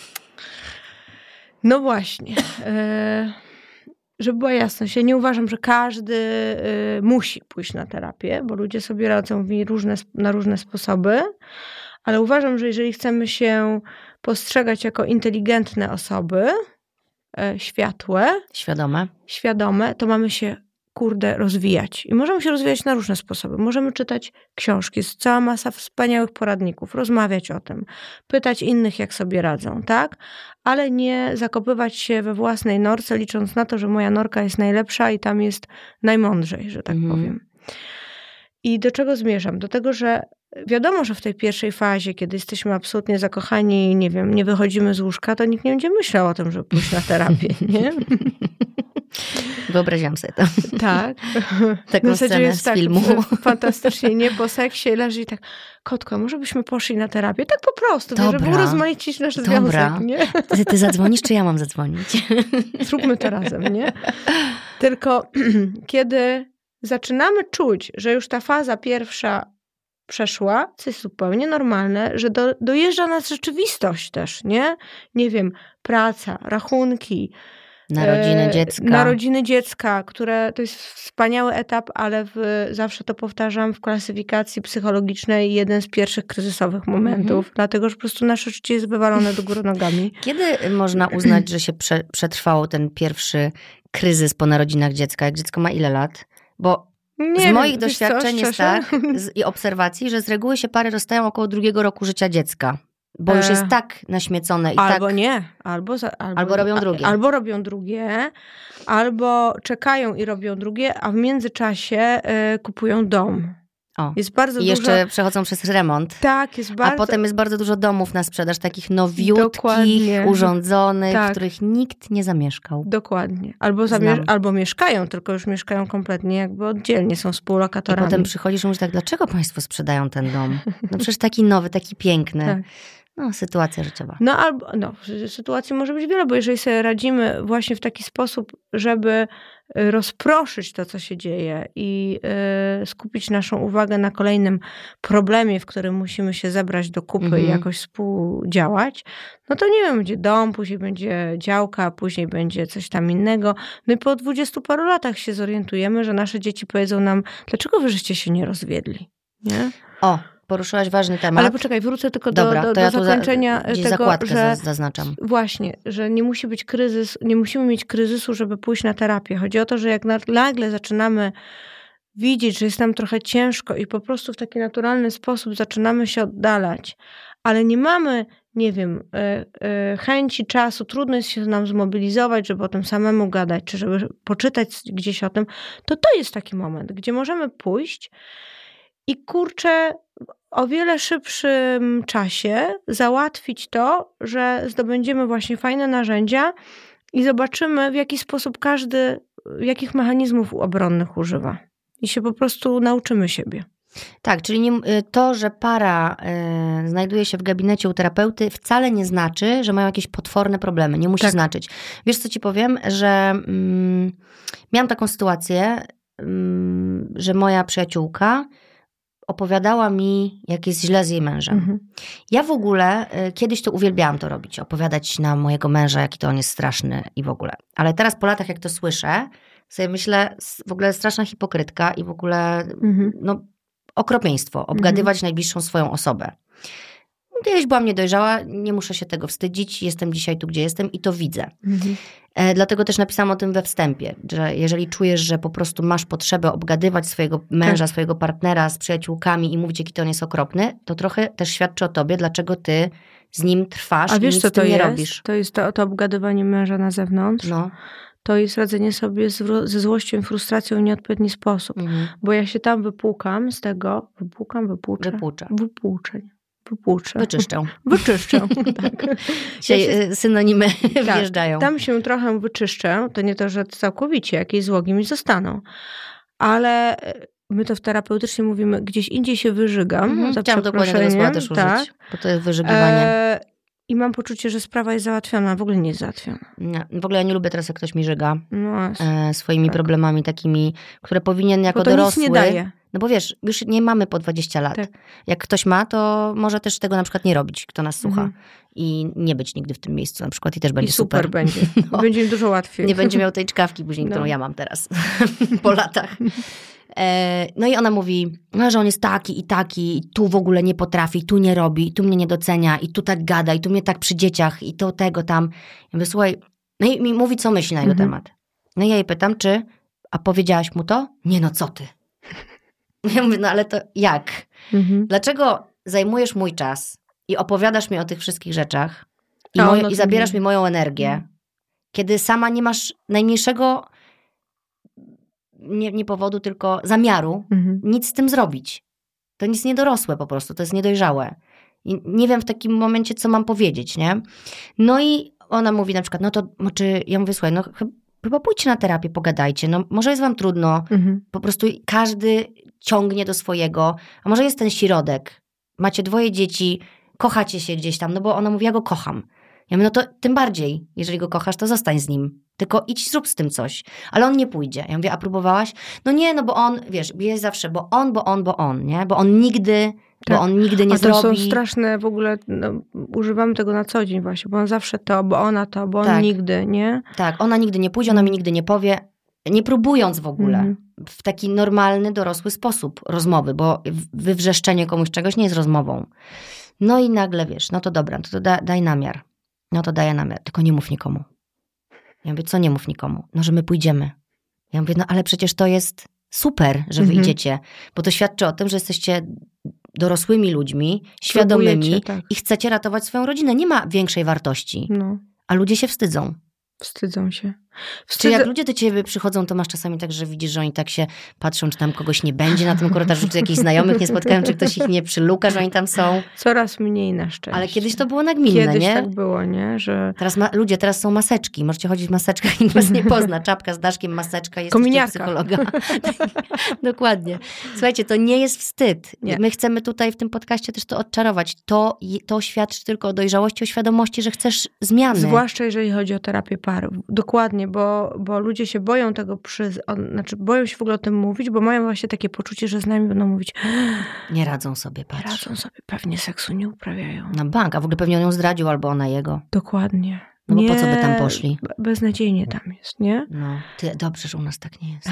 Speaker 2: No właśnie. E, żeby była jasność, ja nie uważam, że każdy e, musi pójść na terapię, bo ludzie sobie radzą w różne, na różne sposoby, ale uważam, że jeżeli chcemy się postrzegać jako inteligentne osoby, e, światłe,
Speaker 1: Świadome.
Speaker 2: świadome, to mamy się, kurde, rozwijać. I możemy się rozwijać na różne sposoby. Możemy czytać książki, jest cała masa wspaniałych poradników, rozmawiać o tym, pytać innych, jak sobie radzą, tak? Ale nie zakopywać się we własnej norce, licząc na to, że moja norka jest najlepsza i tam jest najmądrzej, że tak
Speaker 1: Mhm.
Speaker 2: powiem. I do czego zmierzam? Do tego, że wiadomo, że w tej pierwszej fazie, kiedy jesteśmy absolutnie zakochani i nie wiem, nie wychodzimy z łóżka, to nikt nie będzie myślał o tym, żeby pójść na terapię, nie?
Speaker 1: Wyobraziłam sobie to.
Speaker 2: Tak.
Speaker 1: Taką scenę z
Speaker 2: tak,
Speaker 1: filmu.
Speaker 2: Fantastycznie, nie? Po seksie leży i tak, kotko, może byśmy poszli na terapię? Tak po prostu, wiesz, żeby urozmaicić nasz
Speaker 1: Dobra.
Speaker 2: związek, nie?
Speaker 1: Ty, ty zadzwonisz, czy ja mam zadzwonić?
Speaker 2: Zróbmy to razem, nie? Tylko kiedy zaczynamy czuć, że już ta faza pierwsza przeszła, co jest zupełnie normalne, że do, dojeżdża nas rzeczywistość też, nie? Nie wiem, praca, rachunki,
Speaker 1: Narodziny dziecka.
Speaker 2: Narodziny dziecka, które to jest wspaniały etap, ale w, zawsze to powtarzam, w klasyfikacji psychologicznej jeden z pierwszych kryzysowych momentów, mhm. dlatego, że po prostu nasze życie jest wywalone do góry nogami.
Speaker 1: Kiedy można uznać, że się prze, przetrwało ten pierwszy kryzys po narodzinach dziecka? Jak dziecko ma ile lat? Bo nie z wiem, moich doświadczeń co, jest tak z, i obserwacji, że z reguły się pary rozstają około drugiego roku życia dziecka. Bo już jest tak naśmiecone i
Speaker 2: albo
Speaker 1: tak...
Speaker 2: nie, albo, za, albo,
Speaker 1: albo robią drugie.
Speaker 2: Albo robią drugie, albo czekają i robią drugie, a w międzyczasie y, kupują dom.
Speaker 1: O.
Speaker 2: Jest bardzo
Speaker 1: I
Speaker 2: dużo...
Speaker 1: jeszcze przechodzą przez remont.
Speaker 2: Tak, jest bardzo...
Speaker 1: A potem jest bardzo dużo domów na sprzedaż, takich nowiutkich,
Speaker 2: Dokładnie.
Speaker 1: urządzonych,
Speaker 2: tak.
Speaker 1: w których nikt nie zamieszkał.
Speaker 2: Dokładnie. Albo, zamierz- albo mieszkają, tylko już mieszkają kompletnie jakby oddzielnie, są współlokatorami.
Speaker 1: I potem przychodzisz i mówisz tak, dlaczego państwo sprzedają ten dom? No przecież taki nowy, taki piękny.
Speaker 2: Tak.
Speaker 1: No, sytuacja życiowa.
Speaker 2: No albo, no, sytuacji może być wiele, bo jeżeli sobie radzimy właśnie w taki sposób, żeby rozproszyć to, co się dzieje i y, skupić naszą uwagę na kolejnym problemie, w którym musimy się zebrać do kupy mhm. i jakoś współdziałać, no to nie wiem, będzie dom, później będzie działka, później będzie coś tam innego. No i po dwudziestu paru latach się zorientujemy, że nasze dzieci powiedzą nam, dlaczego wy żeście się nie rozwiedli, nie?
Speaker 1: O, poruszyłaś ważny temat.
Speaker 2: Ale poczekaj, wrócę tylko do,
Speaker 1: Dobra,
Speaker 2: do,
Speaker 1: to
Speaker 2: do
Speaker 1: ja
Speaker 2: zakończenia
Speaker 1: za,
Speaker 2: tego,
Speaker 1: zakładkę
Speaker 2: że
Speaker 1: zaznaczam.
Speaker 2: Właśnie, że nie musi być kryzys, nie musimy mieć kryzysu, żeby pójść na terapię. Chodzi o to, że jak nagle zaczynamy widzieć, że jest nam trochę ciężko i po prostu w taki naturalny sposób zaczynamy się oddalać, ale nie mamy, nie wiem, chęci, czasu, trudno jest się nam zmobilizować, żeby o tym samemu gadać, czy żeby poczytać gdzieś o tym, to to jest taki moment, gdzie możemy pójść i kurczę, o wiele szybszym czasie załatwić to, że zdobędziemy właśnie fajne narzędzia i zobaczymy, w jaki sposób każdy, jakich mechanizmów obronnych używa. I się po prostu nauczymy siebie.
Speaker 1: Tak, czyli nie, to, że para y, znajduje się w gabinecie u terapeuty, wcale nie znaczy, że mają jakieś potworne problemy. Nie musi tak. znaczyć. Wiesz, co ci powiem? Że mm, miałam taką sytuację, mm, że moja przyjaciółka opowiadała mi, jak jest źle z jej mężem. Mhm. Ja w ogóle y, kiedyś to uwielbiałam to robić, opowiadać na mojego męża, jaki to on jest straszny i w ogóle. Ale teraz po latach, jak to słyszę, sobie myślę, w ogóle straszna hipokrytka i w ogóle mhm. no, okropieństwo, obgadywać mhm. najbliższą swoją osobę. Kiedyś byłam niedojrzała, nie muszę się tego wstydzić, jestem dzisiaj tu, gdzie jestem i to widzę. Mhm. E, dlatego też napisałam o tym we wstępie, że jeżeli czujesz, że po prostu masz potrzebę obgadywać swojego męża, tak. swojego partnera z przyjaciółkami i mówić, jaki to on jest okropny, to trochę też świadczy o tobie, dlaczego ty z nim trwasz. A
Speaker 2: wiesz,
Speaker 1: i nic
Speaker 2: co to
Speaker 1: nie
Speaker 2: jest?
Speaker 1: robisz.
Speaker 2: To jest to, to obgadywanie męża na zewnątrz. No. To jest radzenie sobie z, ze złością i frustracją w nieodpowiedni sposób. Mhm. Bo ja się tam wypłukam z tego, wypłukam, wypłuczę.
Speaker 1: Wypłuczę.
Speaker 2: Wypłuczę. Wypłuczę.
Speaker 1: Wyczyszczę.
Speaker 2: Wyczyszczę, tak.
Speaker 1: Dzisiaj ja się, synonimy
Speaker 2: tak,
Speaker 1: wjeżdżają.
Speaker 2: Tam się trochę wyczyszczę, to nie to, że całkowicie jakieś złogi mi zostaną, ale my to w terapeutycznie mówimy, gdzieś indziej się wyżygam.
Speaker 1: Mhm. Chciałam dokładnie tego słowa też użyć, tak. bo to jest wyżygiwanie. E,
Speaker 2: I mam poczucie, że sprawa jest załatwiona, a w ogóle nie jest załatwiona.
Speaker 1: Nie, w ogóle ja nie lubię teraz, jak ktoś mi żyga
Speaker 2: no,
Speaker 1: e, swoimi tak. problemami takimi, które powinien jako
Speaker 2: bo to
Speaker 1: dorosły...
Speaker 2: nic nie daje.
Speaker 1: No bo wiesz, już nie mamy po dwadzieścia lat. Tak. Jak ktoś ma, to może też tego na przykład nie robić, kto nas słucha. Mhm. I nie być nigdy w tym miejscu na przykład i też będzie
Speaker 2: I super. super będzie.
Speaker 1: No.
Speaker 2: Będzie dużo łatwiej.
Speaker 1: Nie będzie miał tej czkawki później, no. którą ja mam teraz po latach. E, no i ona mówi, no, że on jest taki i taki, i tu w ogóle nie potrafi, i tu nie robi, i tu mnie nie docenia, i tu tak gada, i tu mnie tak przy dzieciach, i to tego tam. Ja mówię, słuchaj, no i mi mówi, co myśli na jego mhm. temat. No i ja jej pytam, czy, a powiedziałaś mu to? Nie, no co ty? Ja mówię, no ale to jak? Mhm. Dlaczego zajmujesz mój czas i opowiadasz mi o tych wszystkich rzeczach i, no, moje, no i zabierasz nie. mi moją energię, mhm. kiedy sama nie masz najmniejszego nie, nie powodu, tylko zamiaru mhm. nic z tym zrobić. To nic niedorosłe po prostu, to jest niedojrzałe. I nie wiem w takim momencie, co mam powiedzieć, nie? No i ona mówi na przykład, no to, czy ja mówię, słuchaj, no chyba pójdźcie na terapię, pogadajcie, no może jest wam trudno, mhm. po prostu każdy ciągnie do swojego, a może jest ten środek, macie dwoje dzieci, kochacie się gdzieś tam, no bo ona mówi, ja go kocham. Ja mówię, no to tym bardziej, jeżeli go kochasz, to zostań z nim. Tylko idź, zrób z tym coś. Ale on nie pójdzie. Ja mówię, a próbowałaś? No nie, no bo on, wiesz, jest zawsze, bo on, bo on, bo on, nie? Bo on nigdy, tak. bo on nigdy nie
Speaker 2: a to
Speaker 1: zrobi.
Speaker 2: To są straszne w ogóle, no, używamy tego na co dzień właśnie, bo on zawsze to, bo ona to, bo on tak. nigdy, nie?
Speaker 1: Tak, ona nigdy nie pójdzie, ona mi nigdy nie powie, nie próbując w ogóle. Mhm. W taki normalny, dorosły sposób rozmowy, bo wywrzeszczenie komuś czegoś nie jest rozmową. No i nagle, wiesz, no to dobra, to, to da, daj namiar. No to daję namiar, tylko nie mów nikomu. Ja mówię, co nie mów nikomu? No, że my pójdziemy. Ja mówię, no ale przecież to jest super, że wy mhm. idziecie, bo to świadczy o tym, że jesteście dorosłymi ludźmi, świadomymi tak. i chcecie ratować swoją rodzinę. Nie ma większej wartości, no. a ludzie się wstydzą.
Speaker 2: Wstydzą się.
Speaker 1: Wstydzą. Czy jak ludzie do ciebie przychodzą, to masz czasami tak, że widzisz, że oni tak się patrzą, czy tam kogoś nie będzie na tym korytarzu, czy jakichś znajomych nie spotkają, czy ktoś ich nie przyluka, że oni tam są.
Speaker 2: Coraz mniej na szczęście.
Speaker 1: Ale kiedyś to było nagminne,
Speaker 2: kiedyś
Speaker 1: nie?
Speaker 2: tak było, nie? Że...
Speaker 1: Teraz ma, ludzie, teraz są maseczki. Możecie chodzić w maseczkach i nikt was nie pozna. Czapka z daszkiem, maseczka, jesteście psychologa. Dokładnie. Słuchajcie, to nie jest wstyd. Nie. My chcemy tutaj w tym podcaście też to odczarować. To, to świadczy tylko o dojrzałości, o świadomości, że chcesz zmiany.
Speaker 2: Zwłaszcza jeżeli chodzi o terapię par. Dokładnie, bo, bo ludzie się boją tego, przy, znaczy boją się w ogóle o tym mówić, bo mają właśnie takie poczucie, że z nami będą mówić
Speaker 1: nie radzą sobie, patrz.
Speaker 2: Nie radzą sobie, pewnie seksu nie uprawiają.
Speaker 1: Na bank, a w ogóle pewnie on ją zdradził albo ona jego.
Speaker 2: Dokładnie.
Speaker 1: No bo
Speaker 2: nie,
Speaker 1: po co by tam poszli?
Speaker 2: Beznadziejnie tam jest, nie?
Speaker 1: No, ty, dobrze, że u nas tak nie jest.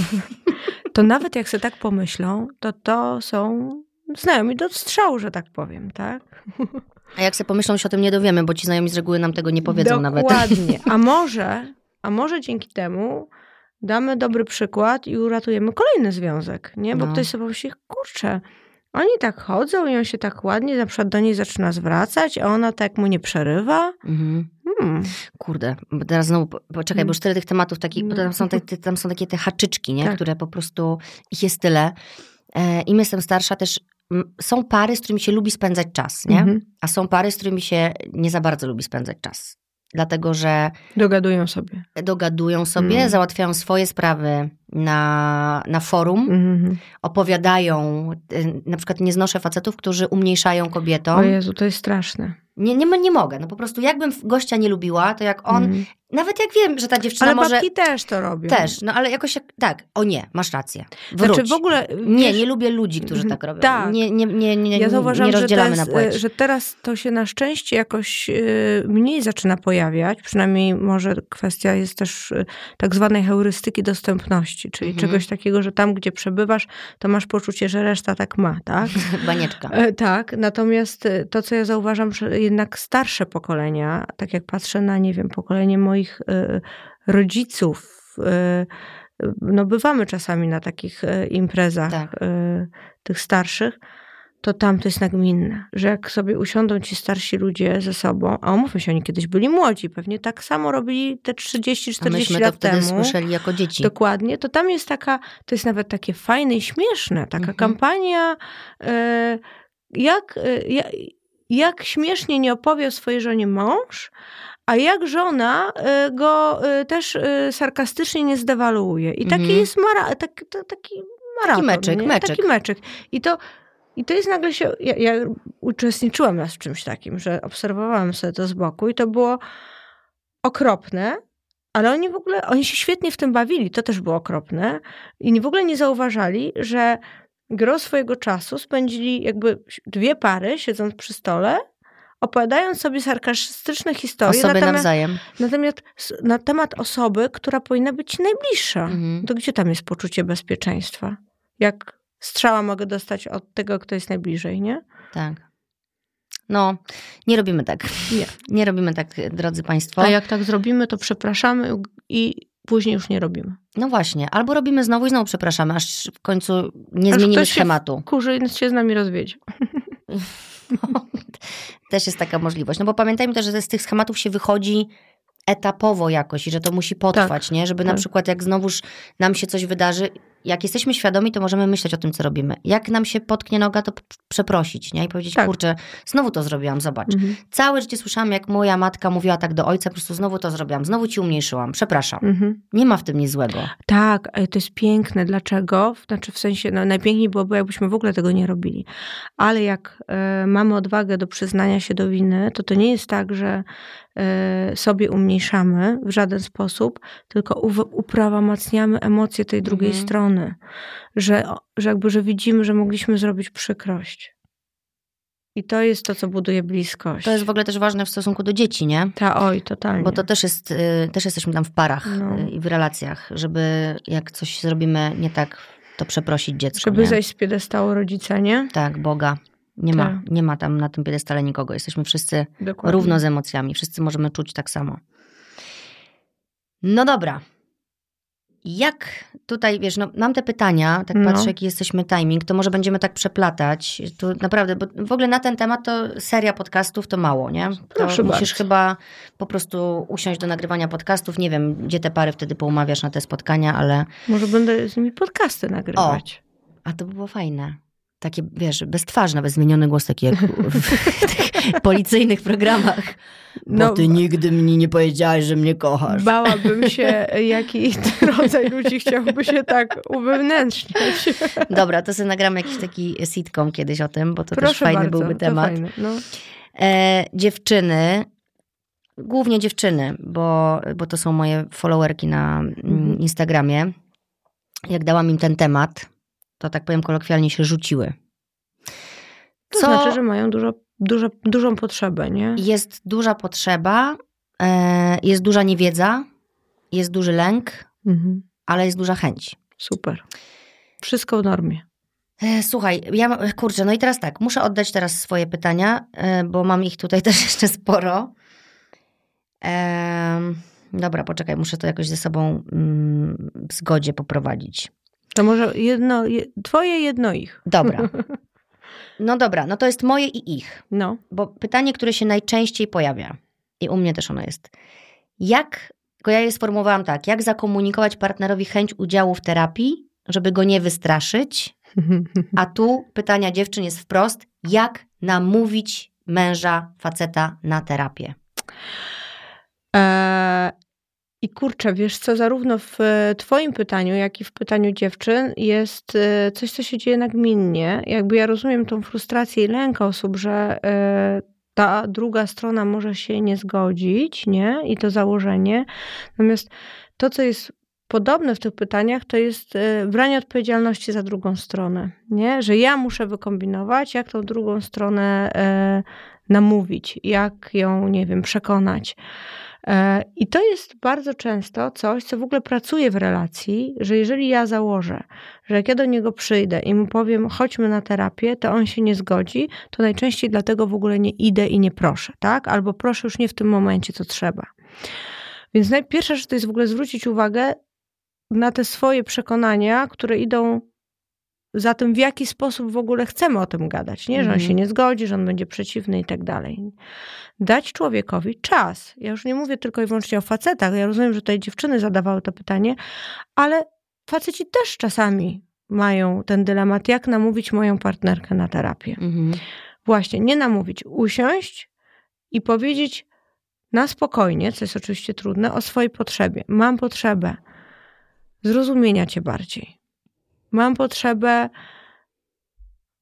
Speaker 2: To nawet jak sobie tak pomyślą, to to są znajomi do strzału, że tak powiem, tak?
Speaker 1: A jak sobie pomyślą, się o tym nie dowiemy, bo ci znajomi z reguły nam tego nie powiedzą
Speaker 2: Dokładnie.
Speaker 1: nawet.
Speaker 2: Dokładnie. A może, a może dzięki temu damy dobry przykład i uratujemy kolejny związek, nie? Bo no. ktoś sobie pomyśli, kurczę, oni tak chodzą i on się tak ładnie na przykład do niej zaczyna zwracać, a ona tak mu nie przerywa. Mhm.
Speaker 1: Hmm. Kurde, teraz znowu, poczekaj, hmm. bo już tyle tych tematów, takich, no. bo tam są, te, tam są takie te haczyczki, nie? Tak. które po prostu, ich jest tyle. E, Im jestem starsza też, m, są pary, z którymi się lubi spędzać czas, nie? Mhm. A są pary, z którymi się nie za bardzo lubi spędzać czas. Dlatego, że...
Speaker 2: Dogadują sobie.
Speaker 1: Dogadują sobie, mm. załatwiają swoje sprawy na, na forum, mm-hmm. opowiadają, na przykład nie znoszę facetów, którzy umniejszają kobietom.
Speaker 2: O Jezu, to jest straszne.
Speaker 1: Nie, nie, nie mogę, no po prostu jakbym gościa nie lubiła, to jak on, mm. nawet jak wiem, że ta dziewczyna
Speaker 2: ale
Speaker 1: może...
Speaker 2: Ale babki też to robią.
Speaker 1: Też, no ale jakoś jak, tak, o nie, masz rację, wróć.
Speaker 2: Znaczy w ogóle...
Speaker 1: Nie, nie lubię ludzi, którzy tak robią.
Speaker 2: Tak.
Speaker 1: Nie, nie, nie, nie,
Speaker 2: ja zauważam,
Speaker 1: nie rozdzielamy
Speaker 2: że,
Speaker 1: na płeć.
Speaker 2: że teraz to się na szczęście jakoś mniej zaczyna pojawiać, przynajmniej może kwestia jest też tak zwanej heurystyki dostępności, czyli mhm. czegoś takiego, że tam, gdzie przebywasz, to masz poczucie, że reszta tak ma, tak?
Speaker 1: Banieczka.
Speaker 2: Tak, natomiast to, co ja zauważam, że jednak starsze pokolenia, tak jak patrzę na, nie wiem, pokolenie moich y, rodziców, y, no bywamy czasami na takich y, imprezach tak. y, tych starszych, to tam to jest nagminne, że jak sobie usiądą ci starsi ludzie ze sobą, a umówmy się, oni kiedyś byli młodzi, pewnie tak samo robili te trzydzieści czterdzieści lat
Speaker 1: to wtedy
Speaker 2: temu.
Speaker 1: Słyszeli jako dzieci.
Speaker 2: Dokładnie, to tam jest taka, to jest nawet takie fajne i śmieszne, taka mhm. kampania, y, jak, y, jak, jak śmiesznie nie opowie o swojej żonie mąż, a jak żona y, go y, też y, sarkastycznie nie zdewaluuje. I taki mhm. jest mara, tak, to, taki maraton.
Speaker 1: Taki meczek,
Speaker 2: nie?
Speaker 1: meczek.
Speaker 2: Taki meczek. I to I to jest nagle się, ja, ja uczestniczyłam w czymś takim, że obserwowałam sobie to z boku i to było okropne, ale oni w ogóle, oni się świetnie w tym bawili, to też było okropne i w ogóle nie zauważali, że gro swojego czasu spędzili jakby dwie pary siedząc przy stole, opowiadając sobie sarkastyczne historie
Speaker 1: o sobie
Speaker 2: na temat,
Speaker 1: nawzajem.
Speaker 2: Natomiast na temat osoby, która powinna być najbliższa.
Speaker 1: Mhm.
Speaker 2: To gdzie tam jest poczucie bezpieczeństwa? Jak strzała mogę dostać od tego, kto jest najbliżej, nie?
Speaker 1: Tak. No, nie robimy tak.
Speaker 2: Nie.
Speaker 1: Nie robimy tak, drodzy państwo.
Speaker 2: A jak tak zrobimy, to przepraszamy i później już nie robimy.
Speaker 1: No właśnie. Albo robimy znowu i znowu przepraszamy, aż w końcu nie
Speaker 2: aż
Speaker 1: zmienimy
Speaker 2: ktoś
Speaker 1: schematu.
Speaker 2: Się kurzy i się z nami rozwiedzie.
Speaker 1: Też jest taka możliwość. No bo pamiętajmy też, że z tych schematów się wychodzi etapowo jakoś i że to musi potrwać, tak, nie? Żeby tak. na przykład jak znowuż nam się coś wydarzy, jak jesteśmy świadomi, to możemy myśleć o tym, co robimy. Jak nam się potknie noga, to przeprosić, nie? I powiedzieć, tak. kurczę, znowu to zrobiłam, zobacz. Mhm. Całe życie słyszałam, jak moja matka mówiła tak do ojca, po prostu znowu to zrobiłam, znowu ci umniejszyłam, przepraszam. Mhm. Nie ma w tym nic złego.
Speaker 2: Tak, to jest piękne. Dlaczego? Znaczy w sensie, no najpiękniej byłoby, jakbyśmy w ogóle tego nie robili. Ale jak y, mamy odwagę do przyznania się do winy, to to nie jest tak, że y, sobie umniejszamy w żaden sposób, tylko u, uprawomacniamy emocje tej drugiej mhm. strony. Że, że jakby, że widzimy, że mogliśmy zrobić przykrość. I to jest to, co buduje bliskość.
Speaker 1: To jest w ogóle też ważne w stosunku do dzieci, nie?
Speaker 2: Ta, oj, totalnie.
Speaker 1: Bo to też jest, też jesteśmy tam w parach no. i w relacjach, żeby jak coś zrobimy nie tak, to przeprosić dziecko.
Speaker 2: Żeby
Speaker 1: nie?
Speaker 2: zejść z piedestału rodzica, nie?
Speaker 1: Tak, Boga. Nie
Speaker 2: Ta.
Speaker 1: ma, nie ma tam na tym piedestale nikogo. Jesteśmy wszyscy Dokładnie. równo z emocjami. Wszyscy możemy czuć tak samo. No dobra. Jak tutaj, wiesz, no mam te pytania, tak
Speaker 2: no.
Speaker 1: patrzę, jaki jesteśmy timing, to może będziemy tak przeplatać. Tu naprawdę, bo w ogóle na ten temat to seria podcastów to mało, nie? To
Speaker 2: Proszę
Speaker 1: musisz
Speaker 2: bardzo.
Speaker 1: chyba po prostu usiąść do nagrywania podcastów. Nie wiem, gdzie te pary wtedy poumawiasz na te spotkania, ale...
Speaker 2: Może będę z nimi podcasty nagrywać.
Speaker 1: O, a to by było fajne. Takie, wiesz, beztważne, bez zmieniony głos, taki jak w tych policyjnych programach. Bo no, ty nigdy mi nie powiedziałaś, że mnie kochasz.
Speaker 2: Bałabym się, jaki rodzaj ludzi chciałby się tak uwewnętrzniać.
Speaker 1: Dobra, to sobie nagramy jakiś taki sitcom kiedyś o tym, bo to
Speaker 2: Proszę
Speaker 1: też fajny
Speaker 2: bardzo,
Speaker 1: byłby temat.
Speaker 2: Fajne, no.
Speaker 1: e, dziewczyny, głównie dziewczyny, bo, bo to są moje followerki na mhm. Instagramie. Jak dałam im ten temat, to tak powiem kolokwialnie się rzuciły.
Speaker 2: To Co znaczy, że mają dużo, dużo, dużą potrzebę, nie?
Speaker 1: Jest duża potrzeba, jest duża niewiedza, jest duży lęk, mhm. ale jest duża chęć.
Speaker 2: Super. Wszystko w normie.
Speaker 1: Słuchaj, ja, kurczę, no i teraz tak, muszę oddać teraz swoje pytania, bo mam ich tutaj też jeszcze sporo. Ehm, dobra, poczekaj, muszę to jakoś ze sobą mm, w zgodzie poprowadzić.
Speaker 2: To może jedno, twoje, jedno ich.
Speaker 1: Dobra. No dobra, no to jest moje i ich.
Speaker 2: No.
Speaker 1: Bo pytanie, które się najczęściej pojawia, i u mnie też ono jest, jak, tylko ja je sformułowałam tak, jak zakomunikować partnerowi chęć udziału w terapii, żeby go nie wystraszyć, a tu pytania dziewczyn jest wprost, jak namówić męża, faceta na terapię?
Speaker 2: Eee... I kurczę, wiesz co, zarówno w twoim pytaniu, jak i w pytaniu dziewczyn jest coś, co się dzieje nagminnie. Jakby ja rozumiem tą frustrację i lęk osób, że ta druga strona może się nie zgodzić, nie? I to założenie. Natomiast to, co jest podobne w tych pytaniach, to jest branie odpowiedzialności za drugą stronę, nie? Że ja muszę wykombinować, jak tą drugą stronę namówić, jak ją, nie wiem, przekonać. I to jest bardzo często coś, co w ogóle pracuje w relacji, że jeżeli ja założę, że jak ja do niego przyjdę i mu powiem, chodźmy na terapię, to on się nie zgodzi, to najczęściej dlatego w ogóle nie idę i nie proszę, tak? Albo proszę już nie w tym momencie, co trzeba. Więc najpierwsza rzecz to jest w ogóle zwrócić uwagę na te swoje przekonania, które idą za tym, w jaki sposób w ogóle chcemy o tym gadać, nie? Że on się nie zgodzi, że on będzie przeciwny i tak dalej. Dać człowiekowi czas. Ja już nie mówię tylko i wyłącznie o facetach. Ja rozumiem, że tutaj dziewczyny zadawały to pytanie, ale faceci też czasami mają ten dylemat, jak namówić moją partnerkę na terapię. Mhm. Właśnie, nie namówić, usiąść i powiedzieć na spokojnie, co jest oczywiście trudne, o swojej potrzebie. Mam potrzebę zrozumienia cię bardziej. Mam potrzebę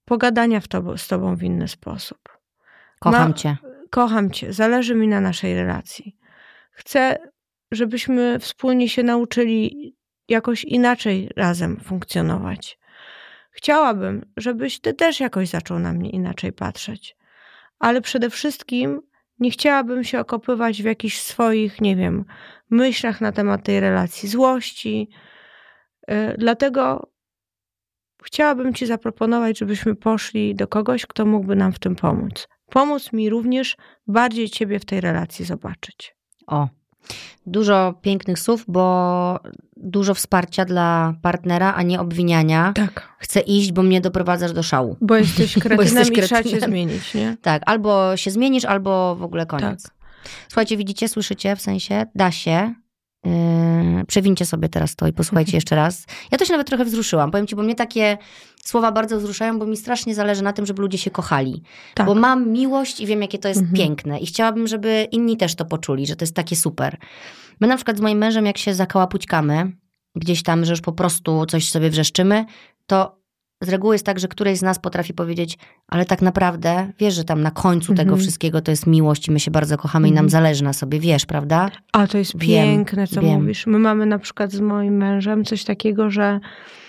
Speaker 2: pogadania w to, z tobą w inny sposób.
Speaker 1: Kocham
Speaker 2: Ma,
Speaker 1: cię.
Speaker 2: Kocham cię, zależy mi na naszej relacji. Chcę, żebyśmy wspólnie się nauczyli jakoś inaczej razem funkcjonować. Chciałabym, żebyś ty też jakoś zaczął na mnie inaczej patrzeć. Ale przede wszystkim nie chciałabym się okopywać w jakichś swoich, nie wiem, myślach na temat tej relacji, złości. Yy, dlatego chciałabym ci zaproponować, żebyśmy poszli do kogoś, kto mógłby nam w tym pomóc. Pomóc mi również bardziej ciebie w tej relacji zobaczyć.
Speaker 1: O, dużo pięknych słów, bo dużo wsparcia dla partnera, a nie obwiniania.
Speaker 2: Tak.
Speaker 1: Chcę iść, bo mnie doprowadzasz do szału.
Speaker 2: Bo jesteś kretynem
Speaker 1: bo jesteś
Speaker 2: i trzeba cię
Speaker 1: kretynem.
Speaker 2: zmienić, nie?
Speaker 1: Tak, albo się zmienisz, albo w ogóle koniec.
Speaker 2: Tak.
Speaker 1: Słuchajcie, widzicie, słyszycie, w sensie da się. Yy, przewincie sobie teraz to i posłuchajcie jeszcze raz. Ja to się nawet trochę wzruszyłam, powiem ci, bo mnie takie słowa bardzo wzruszają, bo mi strasznie zależy na tym, żeby ludzie się kochali.
Speaker 2: Tak.
Speaker 1: Bo mam miłość i wiem, jakie to jest
Speaker 2: Mhm.
Speaker 1: piękne i chciałabym, żeby inni też to poczuli, że to jest takie super. My na przykład z moim mężem, jak się zakałapućkamy, gdzieś tam, że już po prostu coś sobie wrzeszczymy, to z reguły jest tak, że któryś z nas potrafi powiedzieć, ale tak naprawdę wiesz, że tam na końcu
Speaker 2: Mhm.
Speaker 1: tego wszystkiego to jest miłość i my się bardzo kochamy i nam
Speaker 2: Mhm.
Speaker 1: zależy na sobie, wiesz, prawda?
Speaker 2: A to jest
Speaker 1: Wiem,
Speaker 2: piękne, co
Speaker 1: wiem.
Speaker 2: mówisz. My mamy na przykład z moim mężem coś takiego, że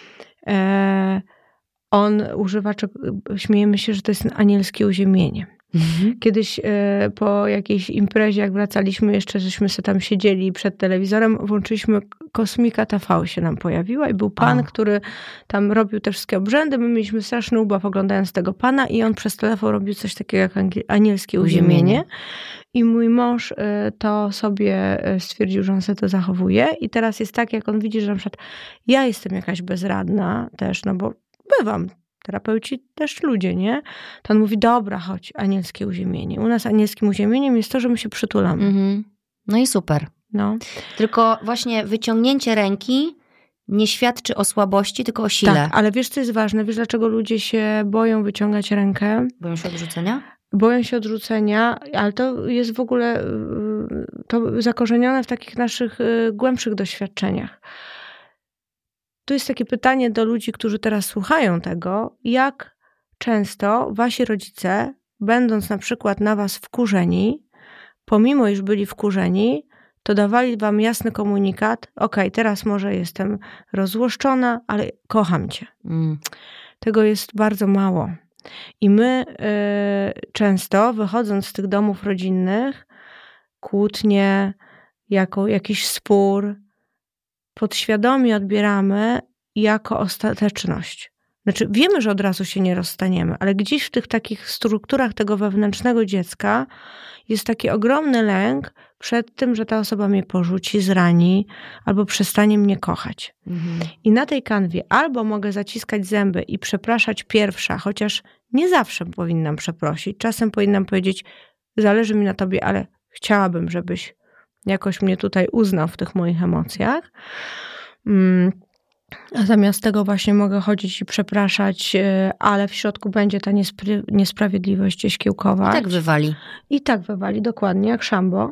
Speaker 2: e, on używa, śmiejemy się, że to jest anielskie uziemienie.
Speaker 1: Mhm.
Speaker 2: Kiedyś e, po jakiejś imprezie, jak wracaliśmy, jeszcze żeśmy sobie tam siedzieli przed telewizorem, włączyliśmy Kosmika T V, się nam pojawiła i był pan,
Speaker 1: O.
Speaker 2: który tam robił te wszystkie obrzędy. My mieliśmy straszny ubaw oglądając tego pana i on przez telefon robił coś takiego jak anielskie uziemienie.
Speaker 1: Uziemienie.
Speaker 2: I mój mąż e, to sobie stwierdził, że on sobie to zachowuje i teraz jest tak, jak on widzi, że na przykład ja jestem jakaś bezradna też, no bo bywam. Terapeuci też ludzie, nie? To on mówi, dobra, chodź, anielskie uziemienie. U nas anielskim uziemieniem jest to, że my się przytulamy.
Speaker 1: Mhm. No i super.
Speaker 2: No.
Speaker 1: Tylko właśnie wyciągnięcie ręki nie świadczy o słabości, tylko o sile.
Speaker 2: Tak, ale wiesz, co jest ważne? Wiesz, dlaczego ludzie się boją wyciągać rękę?
Speaker 1: Boją się odrzucenia?
Speaker 2: Boją się odrzucenia, ale to jest w ogóle to zakorzenione w takich naszych głębszych doświadczeniach. Tu jest takie pytanie do ludzi, którzy teraz słuchają tego, jak często wasi rodzice, będąc na przykład na was wkurzeni, pomimo iż byli wkurzeni, to dawali wam jasny komunikat, okej, teraz może jestem rozzłoszczona, ale kocham cię.
Speaker 1: Mm.
Speaker 2: Tego jest bardzo mało. I my y, często, wychodząc z tych domów rodzinnych, kłótnie, jako, jakiś spór, podświadomie odbieramy jako ostateczność. Znaczy, wiemy, że od razu się nie rozstaniemy, ale gdzieś w tych takich strukturach tego wewnętrznego dziecka jest taki ogromny lęk przed tym, że ta osoba mnie porzuci, zrani albo przestanie mnie kochać.
Speaker 1: Mhm.
Speaker 2: I na tej kanwie albo mogę zaciskać zęby i przepraszać pierwsza, chociaż nie zawsze powinnam przeprosić. Czasem powinnam powiedzieć, zależy mi na tobie, ale chciałabym, żebyś jakoś mnie tutaj uznał w tych moich emocjach. A zamiast tego właśnie mogę chodzić i przepraszać, ale w środku będzie ta niespra- niesprawiedliwość gdzieś kiełkować.
Speaker 1: I tak wywali.
Speaker 2: I tak wywali, dokładnie, jak szambo.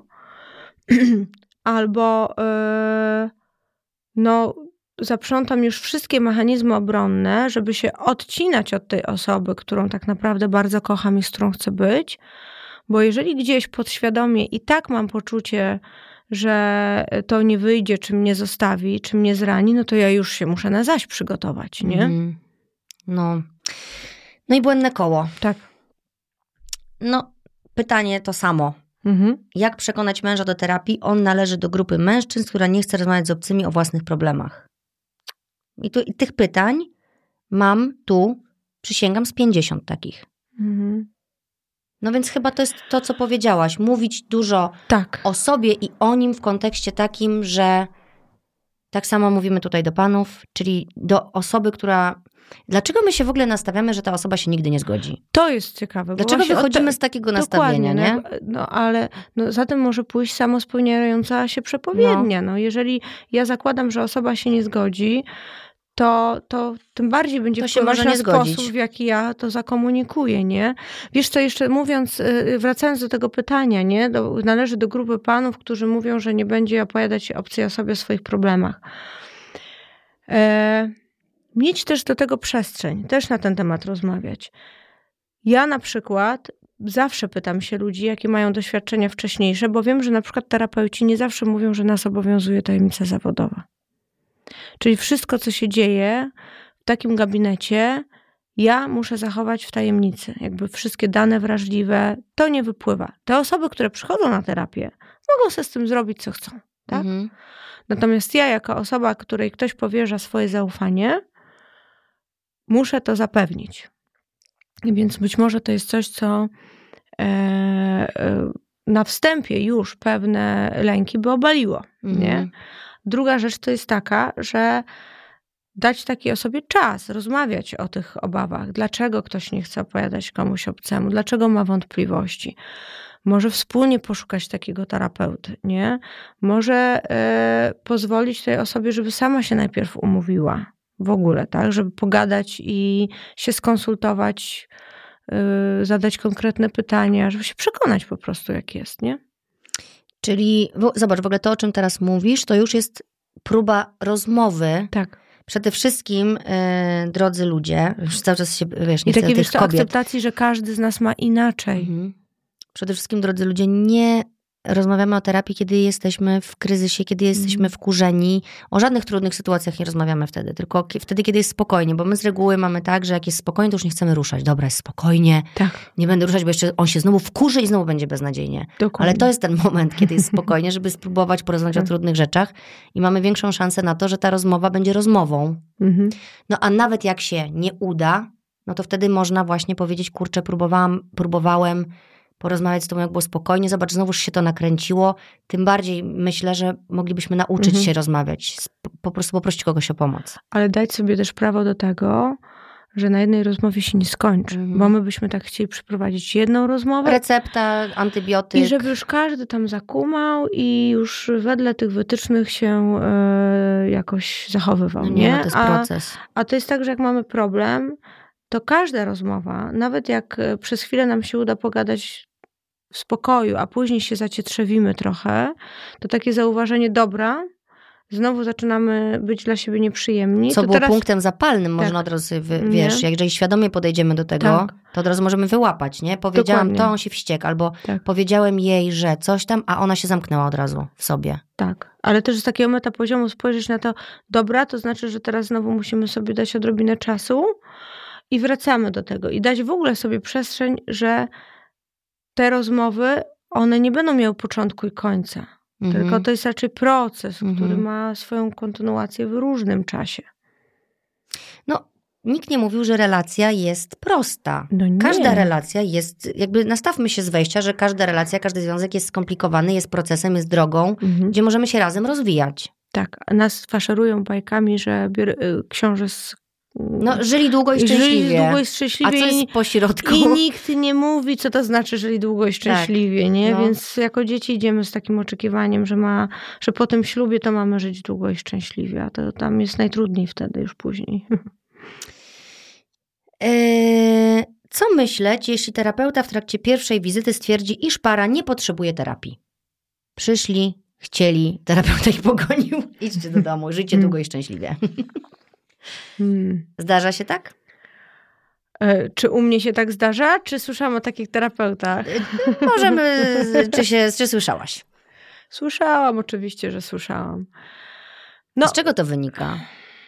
Speaker 2: Albo yy, no, zaprzątam już wszystkie mechanizmy obronne, żeby się odcinać od tej osoby, którą tak naprawdę bardzo kocham i z którą chcę być. Bo jeżeli gdzieś podświadomie i tak mam poczucie, że to nie wyjdzie, czy mnie zostawi, czy mnie zrani, no to ja już się muszę na zaś przygotować, nie?
Speaker 1: Mm. No. No i błędne koło.
Speaker 2: Tak.
Speaker 1: No, pytanie to samo.
Speaker 2: Mhm.
Speaker 1: Jak przekonać męża do terapii? On należy do grupy mężczyzn, która nie chce rozmawiać z obcymi o własnych problemach. I, tu, i tych pytań mam tu, przysięgam, z pięćdziesiąt takich.
Speaker 2: Mhm.
Speaker 1: No więc chyba to jest to, co powiedziałaś. Mówić dużo
Speaker 2: Tak.
Speaker 1: o sobie i o nim w kontekście takim, że tak samo mówimy tutaj do panów, czyli do osoby, która... Dlaczego my się w ogóle nastawiamy, że ta osoba się nigdy nie zgodzi?
Speaker 2: To jest ciekawe. Bo
Speaker 1: Dlaczego
Speaker 2: właśnie
Speaker 1: wychodzimy
Speaker 2: te...
Speaker 1: z takiego nastawienia,
Speaker 2: Dokładnie,
Speaker 1: nie?
Speaker 2: No, no ale no, za tym może pójść samospełniająca się przepowiednia. No. No, jeżeli ja zakładam, że osoba się nie zgodzi, to, to tym bardziej będzie
Speaker 1: To się
Speaker 2: wpływać
Speaker 1: może
Speaker 2: na
Speaker 1: nie zgodzić.
Speaker 2: sposób, w jaki ja to zakomunikuję, nie? Wiesz co, jeszcze mówiąc, wracając do tego pytania, nie? Do, należy do grupy panów, którzy mówią, że nie będzie opowiadać obcej osobie o swoich problemach. E, mieć też do tego przestrzeń, też na ten temat rozmawiać. Ja na przykład zawsze pytam się ludzi, jakie mają doświadczenia wcześniejsze, bo wiem, że na przykład terapeuci nie zawsze mówią, że nas obowiązuje tajemnica zawodowa. Czyli wszystko, co się dzieje w takim gabinecie, ja muszę zachować w tajemnicy. Jakby wszystkie dane wrażliwe, to nie wypływa. Te osoby, które przychodzą na terapię, mogą sobie z tym zrobić, co chcą. Tak? Mhm. Natomiast ja, jako osoba, której ktoś powierza swoje zaufanie, muszę to zapewnić. Więc być może to jest coś, co e, e, na wstępie już pewne lęki by obaliło. Mhm. Nie? Druga rzecz to jest taka, że dać takiej osobie czas, rozmawiać o tych obawach. Dlaczego ktoś nie chce opowiadać komuś obcemu? Dlaczego ma wątpliwości? Może wspólnie poszukać takiego terapeuty, nie? Może e, pozwolić tej osobie, żeby sama się najpierw umówiła. W ogóle, tak? Żeby pogadać i się skonsultować, yy, zadać konkretne pytania, żeby się przekonać po prostu, jak jest, nie?
Speaker 1: Czyli, bo, zobacz, w ogóle to, o czym teraz mówisz, to już jest próba rozmowy.
Speaker 2: Tak.
Speaker 1: Przede wszystkim, yy, drodzy ludzie, już cały czas się, wiesz, nie
Speaker 2: I
Speaker 1: chcę
Speaker 2: takiej
Speaker 1: tych kobiet.
Speaker 2: akceptacji, że każdy z nas ma inaczej.
Speaker 1: Mhm. Przede wszystkim, drodzy ludzie, nie rozmawiamy o terapii, kiedy jesteśmy w kryzysie, kiedy jesteśmy wkurzeni. O żadnych trudnych sytuacjach nie rozmawiamy wtedy, tylko wtedy, kiedy jest spokojnie, bo my z reguły mamy tak, że jak jest spokojnie, to już nie chcemy ruszać. Dobra, jest spokojnie,
Speaker 2: tak.
Speaker 1: Nie będę ruszać, bo jeszcze on się znowu wkurzy i znowu będzie beznadziejnie.
Speaker 2: Dokładnie.
Speaker 1: Ale to jest ten moment, kiedy jest spokojnie, żeby spróbować porozmawiać tak. o trudnych rzeczach i mamy większą szansę na to, że ta rozmowa będzie rozmową. Mhm. No a nawet jak się nie uda, no to wtedy można właśnie powiedzieć, kurczę, próbowałam, próbowałem porozmawiać z tobą, jak było spokojnie. Zobacz, znowuż się to nakręciło. Tym bardziej myślę, że moglibyśmy nauczyć mhm. się rozmawiać. Po prostu poprosić kogoś o pomoc.
Speaker 2: Ale dać sobie też prawo do tego, że na jednej rozmowie się nie skończy. Mhm. Bo my byśmy tak chcieli przeprowadzić jedną rozmowę.
Speaker 1: Recepta, antybiotyk.
Speaker 2: I żeby już każdy tam zakumał i już wedle tych wytycznych się y, jakoś zachowywał.
Speaker 1: No nie,
Speaker 2: nie?
Speaker 1: No to jest
Speaker 2: a,
Speaker 1: proces.
Speaker 2: A to jest tak, że jak mamy problem, to każda rozmowa, nawet jak przez chwilę nam się uda pogadać w spokoju, a później się zacietrzewimy trochę, to takie zauważenie, dobra, znowu zaczynamy być dla siebie nieprzyjemni.
Speaker 1: Co
Speaker 2: to
Speaker 1: było
Speaker 2: teraz...
Speaker 1: punktem zapalnym, tak. można od razu, wy, wiesz, jak jeżeli świadomie podejdziemy do tego, tak. to od razu możemy wyłapać, nie? Powiedziałam Dokładnie. to, on się wściekł, albo tak. powiedziałem jej, że coś tam, a ona się zamknęła od razu w sobie.
Speaker 2: Tak, ale też z takiego metapoziomu spojrzeć na to, dobra, to znaczy, że teraz znowu musimy sobie dać odrobinę czasu i wracamy do tego. I dać w ogóle sobie przestrzeń, że te rozmowy, one nie będą miały początku i końca. Mhm. Tylko to jest raczej proces, mhm. który ma swoją kontynuację w różnym czasie.
Speaker 1: No, nikt nie mówił, że relacja jest prosta.
Speaker 2: No nie.
Speaker 1: Każda relacja jest, jakby nastawmy się z wejścia, że każda relacja, każdy związek jest skomplikowany, jest procesem, jest drogą, mhm. gdzie możemy się razem rozwijać.
Speaker 2: Tak, a nas faszerują bajkami, że bier- książę z
Speaker 1: No, żyli długo i szczęśliwie.
Speaker 2: Żyli długo i szczęśliwie.
Speaker 1: A co jest po środku?
Speaker 2: I nikt nie mówi, co to znaczy żyli długo i szczęśliwie, tak, nie? No. Więc jako dzieci idziemy z takim oczekiwaniem, że, ma, że po tym ślubie to mamy żyć długo i szczęśliwie, a to tam jest najtrudniej wtedy, już później.
Speaker 1: Eee, co myśleć, jeśli terapeuta w trakcie pierwszej wizyty stwierdzi, iż para nie potrzebuje terapii? Przyszli, chcieli, terapeuta ich pogonił, idźcie do domu, żyjcie długo i szczęśliwie. Hmm. Zdarza się tak?
Speaker 2: E, czy u mnie się tak zdarza? Czy słyszałam o takich terapeutach?
Speaker 1: Możemy, czy, się, czy słyszałaś?
Speaker 2: Słyszałam, oczywiście, że słyszałam.
Speaker 1: No. Z czego to wynika?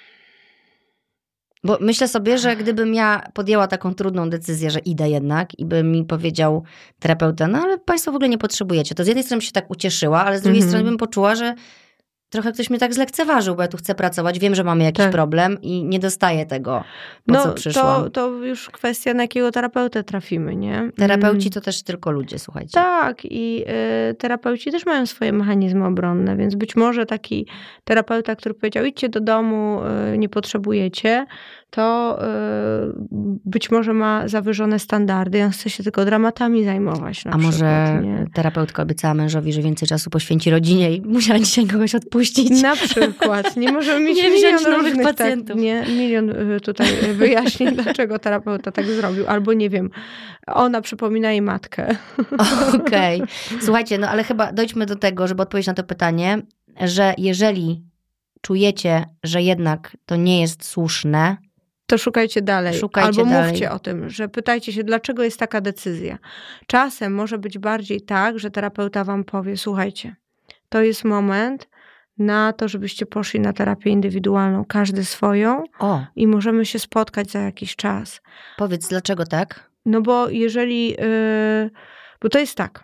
Speaker 1: Bo myślę sobie, że gdybym ja podjęła taką trudną decyzję, że idę jednak i by mi powiedział terapeuta, no ale państwo w ogóle nie potrzebujecie. To z jednej strony bym się tak ucieszyła, ale z drugiej mm-hmm. strony bym poczuła, że trochę ktoś mnie tak zlekceważył, bo ja tu chcę pracować, wiem, że mamy jakiś tak. problem i nie dostaję tego, po no, co przyszłam.
Speaker 2: To, to już kwestia, na jakiego terapeutę trafimy, nie?
Speaker 1: Terapeuci to też tylko ludzie, słuchajcie.
Speaker 2: Tak i y, terapeuci też mają swoje mechanizmy obronne, więc być może taki terapeuta, który powiedział, idźcie do domu, y, nie potrzebujecie, to y, być może ma zawyżone standardy, on chce się tylko dramatami zajmować. Na
Speaker 1: A
Speaker 2: przykład,
Speaker 1: może
Speaker 2: nie?
Speaker 1: terapeutka obiecała mężowi, że więcej czasu poświęci rodzinie i musiała dzisiaj kogoś odpuścić.
Speaker 2: Na przykład. Nie możemy mieć
Speaker 1: nie
Speaker 2: milion
Speaker 1: nowych
Speaker 2: różnych
Speaker 1: pacjentów.
Speaker 2: Tak, nie, milion tutaj wyjaśnień, dlaczego terapeuta tak zrobił. Albo nie wiem, ona przypomina jej matkę.
Speaker 1: Okej. Okay. Słuchajcie, no ale chyba dojdźmy do tego, żeby odpowiedzieć na to pytanie, że jeżeli czujecie, że jednak to nie jest słuszne,
Speaker 2: to szukajcie dalej.
Speaker 1: Szukajcie
Speaker 2: Albo
Speaker 1: dalej.
Speaker 2: mówcie o tym, że pytajcie się, dlaczego jest taka decyzja. Czasem może być bardziej tak, że terapeuta wam powie, słuchajcie, to jest moment na to, żebyście poszli na terapię indywidualną, każdy swoją
Speaker 1: O.
Speaker 2: i możemy się spotkać za jakiś czas.
Speaker 1: Powiedz, dlaczego tak?
Speaker 2: No bo jeżeli, yy, bo to jest tak,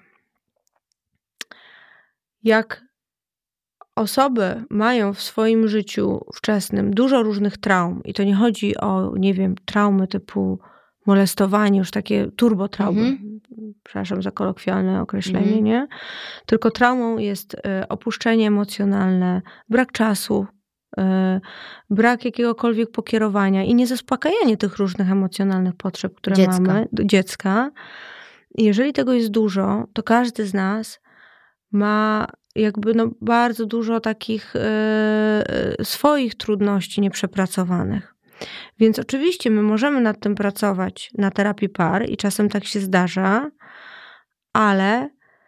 Speaker 2: jak osoby mają w swoim życiu wczesnym dużo różnych traum i to nie chodzi o, nie wiem, traumy typu molestowanie, już takie turbotraumy, mhm. przepraszam za kolokwialne określenie, mhm. nie? Tylko traumą jest opuszczenie emocjonalne, brak czasu, brak jakiegokolwiek pokierowania i niezaspokajanie tych różnych emocjonalnych potrzeb, które
Speaker 1: dziecka.
Speaker 2: mamy, dziecka. Jeżeli tego jest dużo, to każdy z nas ma jakby no bardzo dużo takich yy, swoich trudności nieprzepracowanych. Więc oczywiście my możemy nad tym pracować na terapii par i czasem tak się zdarza, ale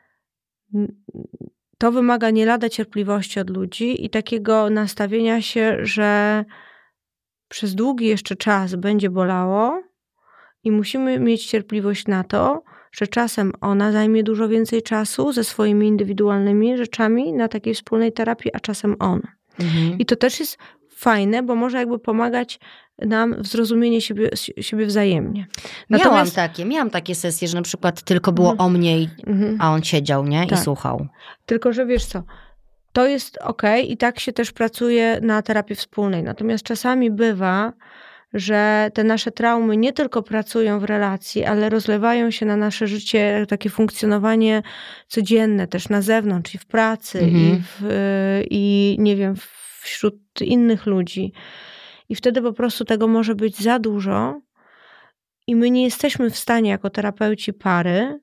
Speaker 2: to wymaga nie lada cierpliwości od ludzi i takiego nastawienia się, że przez długi jeszcze czas będzie bolało i musimy mieć cierpliwość na to, że czasem ona zajmie dużo więcej czasu ze swoimi indywidualnymi rzeczami na takiej wspólnej terapii, a czasem on. Mhm. I to też jest fajne, bo może jakby pomagać nam w zrozumieniu siebie, siebie wzajemnie.
Speaker 1: Natomiast... Miałam takie, miałam takie sesje, że na przykład tylko było mhm. o mnie, i, mhm. a on siedział, nie? Tak. I słuchał.
Speaker 2: Tylko, że wiesz co, to jest okej i tak się też pracuje na terapii wspólnej. Natomiast czasami bywa, że te nasze traumy nie tylko pracują w relacji, ale rozlewają się na nasze życie, takie funkcjonowanie codzienne też na zewnątrz i w pracy mhm. i, w, i nie wiem, wśród innych ludzi. I wtedy po prostu tego może być za dużo i my nie jesteśmy w stanie jako terapeuci pary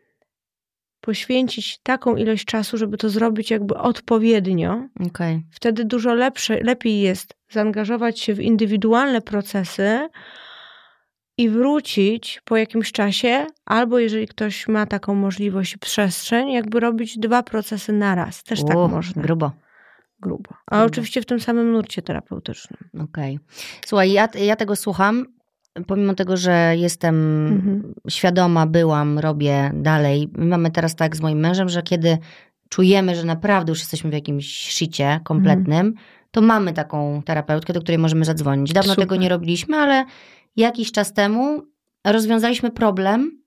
Speaker 2: poświęcić taką ilość czasu, żeby to zrobić jakby odpowiednio.
Speaker 1: Okay.
Speaker 2: Wtedy dużo lepsze, lepiej jest zaangażować się w indywidualne procesy i wrócić po jakimś czasie, albo jeżeli ktoś ma taką możliwość i przestrzeń, jakby robić dwa procesy naraz. Też U, tak można.
Speaker 1: Grubo.
Speaker 2: Grubo. A grubo. Oczywiście w tym samym nurcie terapeutycznym.
Speaker 1: Okej. Okay. Słuchaj, ja, ja tego słucham. Pomimo tego, że jestem mhm. świadoma, byłam, robię dalej. My mamy teraz tak z moim mężem, że kiedy czujemy, że naprawdę już jesteśmy w jakimś shicie kompletnym, mhm. to mamy taką terapeutkę, do której możemy zadzwonić. Dawno Super. Tego nie robiliśmy, ale jakiś czas temu rozwiązaliśmy problem,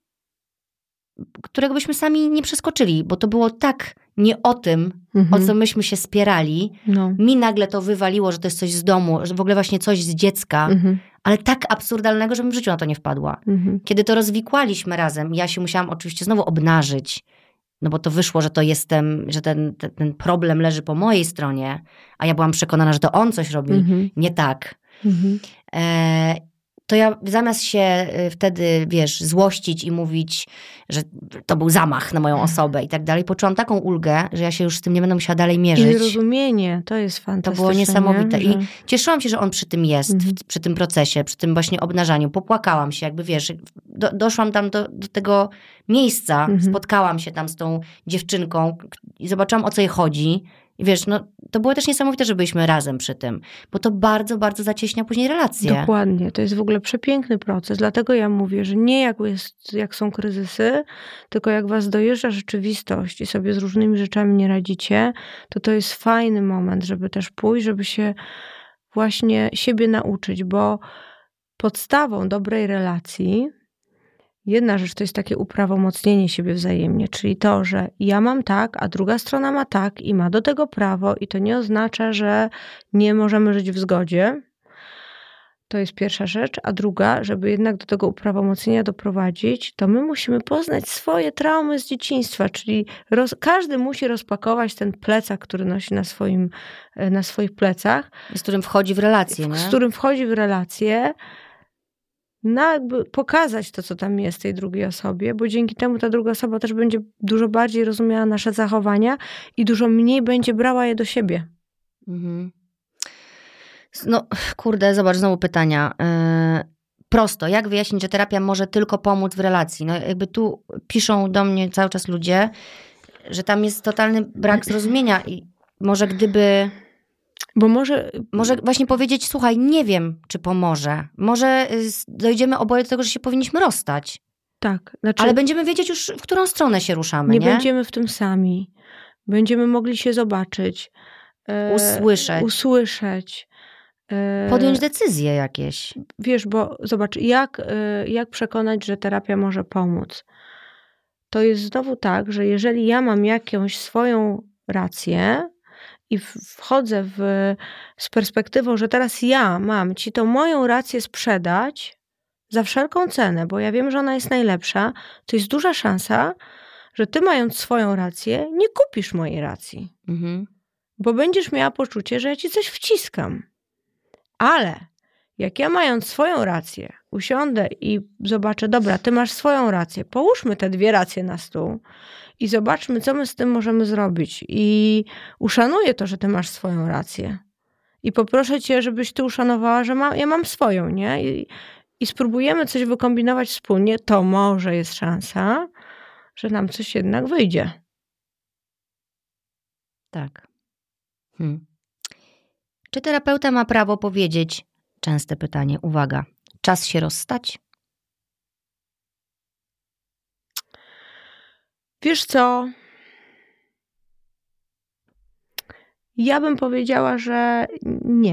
Speaker 1: którego byśmy sami nie przeskoczyli, bo to było tak nie o tym, mhm. o co myśmy się spierali. No. Mi nagle to wywaliło, że to jest coś z domu, że w ogóle właśnie coś z dziecka, mhm. ale tak absurdalnego, żebym w życiu na to nie wpadła. Mhm. Kiedy to rozwikłaliśmy razem, ja się musiałam oczywiście znowu obnażyć, no bo to wyszło, że to jestem, że ten, ten, ten problem leży po mojej stronie, a ja byłam przekonana, że to on coś robi mhm. nie tak. Mhm. E, to ja zamiast się wtedy, wiesz, złościć i mówić, że to był zamach na moją osobę i tak dalej, poczułam taką ulgę, że ja się już z tym nie będę musiała dalej mierzyć.
Speaker 2: I zrozumienie, to jest fantastyczne.
Speaker 1: To było niesamowite.
Speaker 2: Nie?
Speaker 1: I cieszyłam się, że on przy tym jest, mhm. w, przy tym procesie, przy tym właśnie obnażaniu. Popłakałam się, jakby wiesz, do, doszłam tam do, do tego miejsca, mhm. spotkałam się tam z tą dziewczynką i zobaczyłam, o co jej chodzi. I wiesz, no to było też niesamowite, że byliśmy razem przy tym, bo to bardzo, bardzo zacieśnia później relacje.
Speaker 2: Dokładnie, to jest w ogóle przepiękny proces, dlatego ja mówię, że nie jak, jest, jak są kryzysy, tylko jak was dojeżdża rzeczywistość i sobie z różnymi rzeczami nie radzicie, to to jest fajny moment, żeby też pójść, żeby się właśnie siebie nauczyć, bo podstawą dobrej relacji jedna rzecz to jest takie uprawomocnienie siebie wzajemnie, czyli to, że ja mam tak, a druga strona ma tak i ma do tego prawo i to nie oznacza, że nie możemy żyć w zgodzie. To jest pierwsza rzecz. A druga, żeby jednak do tego uprawomocnienia doprowadzić, to my musimy poznać swoje traumy z dzieciństwa, czyli roz, każdy musi rozpakować ten plecak, który nosi na, swoim, na swoich plecach.
Speaker 1: Z którym wchodzi w relację, nie?
Speaker 2: Z którym wchodzi w relację. Na jakby pokazać to, co tam jest tej drugiej osobie, bo dzięki temu ta druga osoba też będzie dużo bardziej rozumiała nasze zachowania i dużo mniej będzie brała je do siebie.
Speaker 1: Mhm. No kurde, zobacz, znowu pytania. Yy, prosto, jak wyjaśnić, że terapia może tylko pomóc w relacji? No jakby tu piszą do mnie cały czas ludzie, że tam jest totalny brak zrozumienia i może gdyby
Speaker 2: Bo może...
Speaker 1: Może właśnie powiedzieć, słuchaj, nie wiem, czy pomoże. Może dojdziemy oboje do tego, że się powinniśmy rozstać.
Speaker 2: Tak. Znaczy,
Speaker 1: ale będziemy wiedzieć już, w którą stronę się ruszamy, nie?
Speaker 2: Nie będziemy w tym sami. Będziemy mogli się zobaczyć. E,
Speaker 1: usłyszeć.
Speaker 2: Usłyszeć. E,
Speaker 1: podjąć decyzje jakieś.
Speaker 2: Wiesz, bo zobacz, jak, jak przekonać, że terapia może pomóc? To jest znowu tak, że jeżeli ja mam jakąś swoją rację i wchodzę w, z perspektywą, że teraz ja mam ci tą moją rację sprzedać za wszelką cenę, bo ja wiem, że ona jest najlepsza, to jest duża szansa, że ty mając swoją rację, nie kupisz mojej racji.
Speaker 1: Mhm.
Speaker 2: Bo będziesz miała poczucie, że ja ci coś wciskam. Ale jak ja mając swoją rację usiądę i zobaczę, dobra, ty masz swoją rację, połóżmy te dwie racje na stół i zobaczmy, co my z tym możemy zrobić. I uszanuję to, że ty masz swoją rację. I poproszę cię, żebyś ty uszanowała, że ma, ja mam swoją, nie? I, i spróbujemy coś wykombinować wspólnie, to może jest szansa, że nam coś jednak wyjdzie.
Speaker 1: Tak. Hmm. Czy terapeuta ma prawo powiedzieć, częste pytanie, uwaga, czas się rozstać?
Speaker 2: Wiesz co? Ja bym powiedziała, że nie.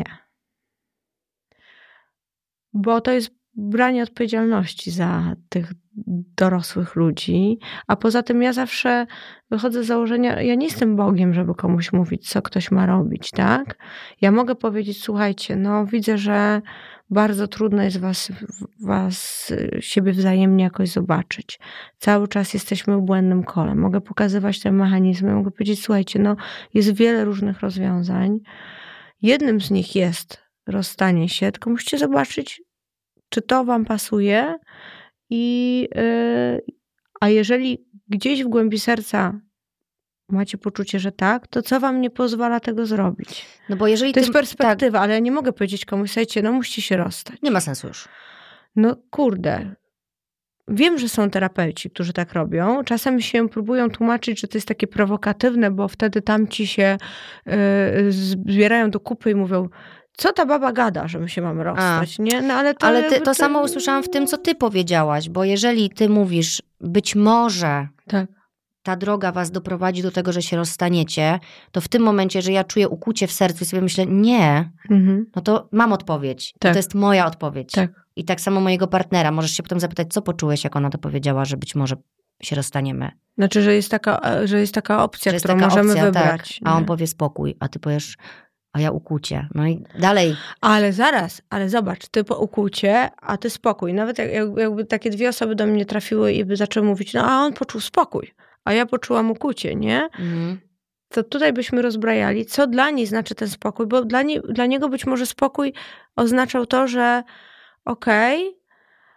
Speaker 2: Bo to jest branie odpowiedzialności za tych dorosłych ludzi, a poza tym ja zawsze wychodzę z założenia, ja nie jestem Bogiem, żeby komuś mówić, co ktoś ma robić, tak? Ja mogę powiedzieć, słuchajcie, no widzę, że bardzo trudno jest was, was siebie wzajemnie jakoś zobaczyć. Cały czas jesteśmy w błędnym kole. Mogę pokazywać te mechanizmy, mogę powiedzieć, słuchajcie, no jest wiele różnych rozwiązań. Jednym z nich jest rozstanie się, tylko musicie zobaczyć, czy to wam pasuje. I, yy, a jeżeli gdzieś w głębi serca macie poczucie, że tak, to co wam nie pozwala tego zrobić?
Speaker 1: No bo jeżeli
Speaker 2: to jest
Speaker 1: ty,
Speaker 2: perspektywa,
Speaker 1: tak.
Speaker 2: ale ja nie mogę powiedzieć komuś, słuchajcie, no musicie się rozstać.
Speaker 1: Nie ma sensu już.
Speaker 2: No kurde. Wiem, że są terapeuci, którzy tak robią. Czasem się próbują tłumaczyć, że to jest takie prowokatywne, bo wtedy tamci się yy, zbierają do kupy i mówią, co ta baba gada, że my się mamy rozstać,
Speaker 1: A.
Speaker 2: nie? No, ale to,
Speaker 1: ale ty, to
Speaker 2: to
Speaker 1: samo usłyszałam w tym, co ty powiedziałaś, bo jeżeli ty mówisz, być może
Speaker 2: tak.
Speaker 1: ta droga was doprowadzi do tego, że się rozstaniecie, to w tym momencie, że ja czuję ukłucie w sercu i sobie myślę, nie,
Speaker 2: mhm.
Speaker 1: no to mam odpowiedź.
Speaker 2: Tak.
Speaker 1: To jest moja odpowiedź.
Speaker 2: Tak.
Speaker 1: I tak samo mojego partnera. Możesz się potem zapytać, co poczułeś, jak ona to powiedziała, że być może się rozstaniemy.
Speaker 2: Znaczy, że jest taka, że jest taka opcja,
Speaker 1: że jest
Speaker 2: którą
Speaker 1: taka
Speaker 2: możemy
Speaker 1: opcja,
Speaker 2: wybrać.
Speaker 1: Tak. A on powie spokój, a ty powiesz, a ja ukłucie. No i dalej.
Speaker 2: Ale zaraz, ale zobacz, ty po ukłucie, a ty spokój. Nawet jak, jakby takie dwie osoby do mnie trafiły i by zaczęły mówić, no a on poczuł spokój, a ja poczułam ukłucie, nie?
Speaker 1: Mhm.
Speaker 2: To tutaj byśmy rozbrajali, co dla niej znaczy ten spokój, bo dla, nie, dla niego być może spokój oznaczał to, że okej, okay,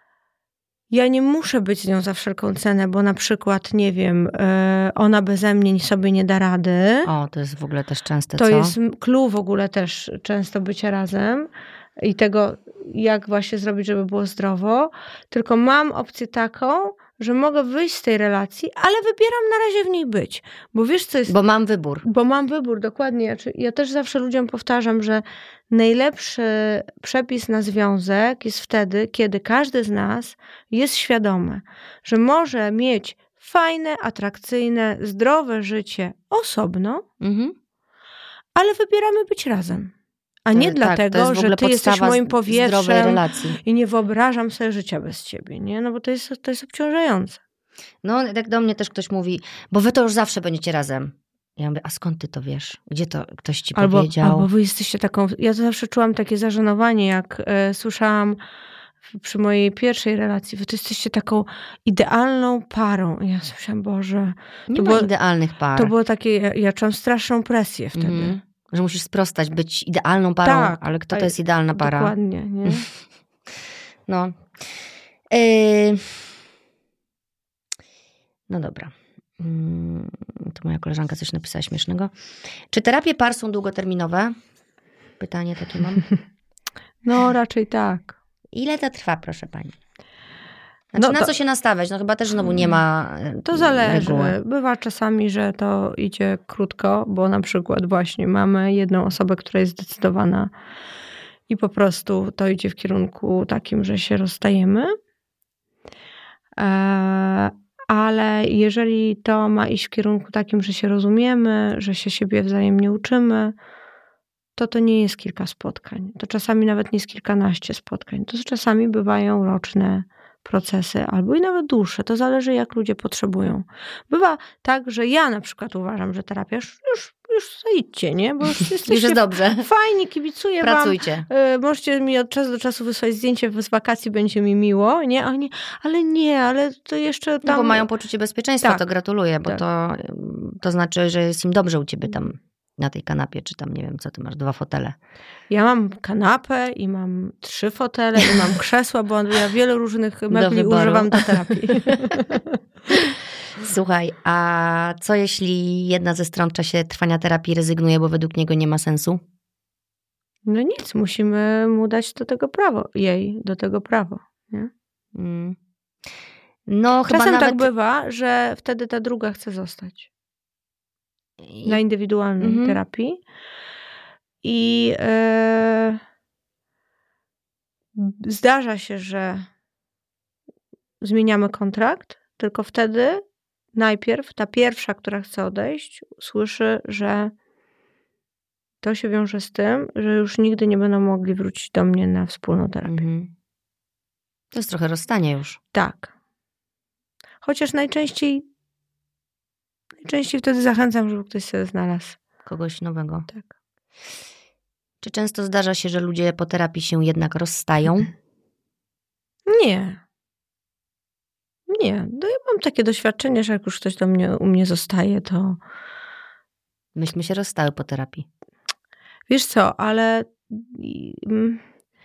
Speaker 2: ja nie muszę być z nią za wszelką cenę, bo na przykład, nie wiem, ona beze mnie sobie nie da rady.
Speaker 1: O, to jest w ogóle też częste,
Speaker 2: to
Speaker 1: co?
Speaker 2: To jest clue w ogóle też często bycia razem i tego, jak właśnie zrobić, żeby było zdrowo. Tylko mam opcję taką, że mogę wyjść z tej relacji, ale wybieram na razie w niej być. Bo wiesz, co jest...
Speaker 1: Bo mam wybór.
Speaker 2: Bo mam wybór, dokładnie. Ja też zawsze ludziom powtarzam, że najlepszy przepis na związek jest wtedy, kiedy każdy z nas jest świadomy, że może mieć fajne, atrakcyjne, zdrowe życie osobno, mhm. ale wybieramy być razem. A nie tak, dlatego, że ty jesteś moim powietrzem i nie wyobrażam sobie życia bez ciebie, nie? No bo to jest, to jest obciążające.
Speaker 1: No, tak do mnie też ktoś mówi, bo wy to już zawsze będziecie razem. Ja mówię, a skąd ty to wiesz? Gdzie to ktoś ci
Speaker 2: albo,
Speaker 1: powiedział?
Speaker 2: Albo wy jesteście taką... Ja to zawsze czułam takie zażenowanie, jak e, słyszałam przy mojej pierwszej relacji, wy to jesteście taką idealną parą. I ja sobie myślałam, Boże...
Speaker 1: Nie
Speaker 2: to
Speaker 1: ma
Speaker 2: było,
Speaker 1: idealnych par.
Speaker 2: To było takie... Ja, ja czułam straszną presję wtedy. Mm.
Speaker 1: Że musisz sprostać, być idealną parą, tak, ale kto to jest idealna para?
Speaker 2: Dokładnie, nie?
Speaker 1: No. Yy... No dobra. Yy... Tu moja koleżanka coś napisała śmiesznego. Czy terapie par są długoterminowe? Pytanie takie mam.
Speaker 2: No raczej tak.
Speaker 1: Ile to trwa, proszę pani? Znaczy,
Speaker 2: No
Speaker 1: na
Speaker 2: to-
Speaker 1: co się nastawiać? No chyba też znowu nie ma e,
Speaker 2: To zależy.
Speaker 1: reguły.
Speaker 2: Bywa czasami, że to idzie krótko, bo na przykład właśnie mamy jedną osobę, która jest zdecydowana i po prostu to idzie w kierunku takim, że się rozstajemy. E, Ale jeżeli to ma iść w kierunku takim, że się rozumiemy, że się siebie wzajemnie uczymy, to to nie jest kilka spotkań. To czasami nawet nie jest kilkanaście spotkań. To czasami bywają roczne procesy, albo i nawet dłuższe. To zależy, jak ludzie potrzebują. Bywa tak, że ja na przykład uważam, że terapia już, już, już zajdźcie, nie? Bo już
Speaker 1: Już
Speaker 2: jesteście
Speaker 1: jest dobrze.
Speaker 2: fajni, kibicuję wam.
Speaker 1: Pracujcie.
Speaker 2: Y, Możecie mi od czasu do czasu wysłać zdjęcie z wakacji, będzie mi miło, nie? A oni, ale nie, ale to jeszcze
Speaker 1: No
Speaker 2: tam...
Speaker 1: bo mają poczucie bezpieczeństwa,
Speaker 2: Tak.
Speaker 1: to gratuluję, bo
Speaker 2: Tak.
Speaker 1: to, to znaczy, że jest im dobrze u ciebie tam na tej kanapie, czy tam, nie wiem, co ty masz, dwa fotele.
Speaker 2: Ja mam kanapę i mam trzy fotele i mam krzesła, bo ja wiele różnych mebli
Speaker 1: wyboru.
Speaker 2: używam do terapii.
Speaker 1: Słuchaj, a co jeśli jedna ze stron w czasie trwania terapii rezygnuje, bo według niego nie ma sensu?
Speaker 2: No nic, musimy mu dać do tego prawo, jej do tego prawo. Nie?
Speaker 1: Mm. No chyba
Speaker 2: Czasem
Speaker 1: nawet...
Speaker 2: tak bywa, że wtedy ta druga chce zostać
Speaker 1: I-
Speaker 2: na indywidualnej
Speaker 1: Mhm.
Speaker 2: terapii. I e, zdarza się, że zmieniamy kontrakt, tylko wtedy najpierw ta pierwsza, która chce odejść, słyszy, że to się wiąże z tym, że już nigdy nie będą mogli wrócić do mnie na wspólną terapię.
Speaker 1: Mhm. To jest trochę rozstanie już.
Speaker 2: Tak. Chociaż najczęściej najczęściej wtedy zachęcam, żeby ktoś sobie znalazł.
Speaker 1: Kogoś nowego.
Speaker 2: Tak.
Speaker 1: Czy często zdarza się, że ludzie po terapii się jednak rozstają?
Speaker 2: Nie. Nie. No ja mam takie doświadczenie, że jak już ktoś do mnie, u mnie zostaje, to
Speaker 1: Myśmy się rozstały po terapii.
Speaker 2: wiesz co, ale mm,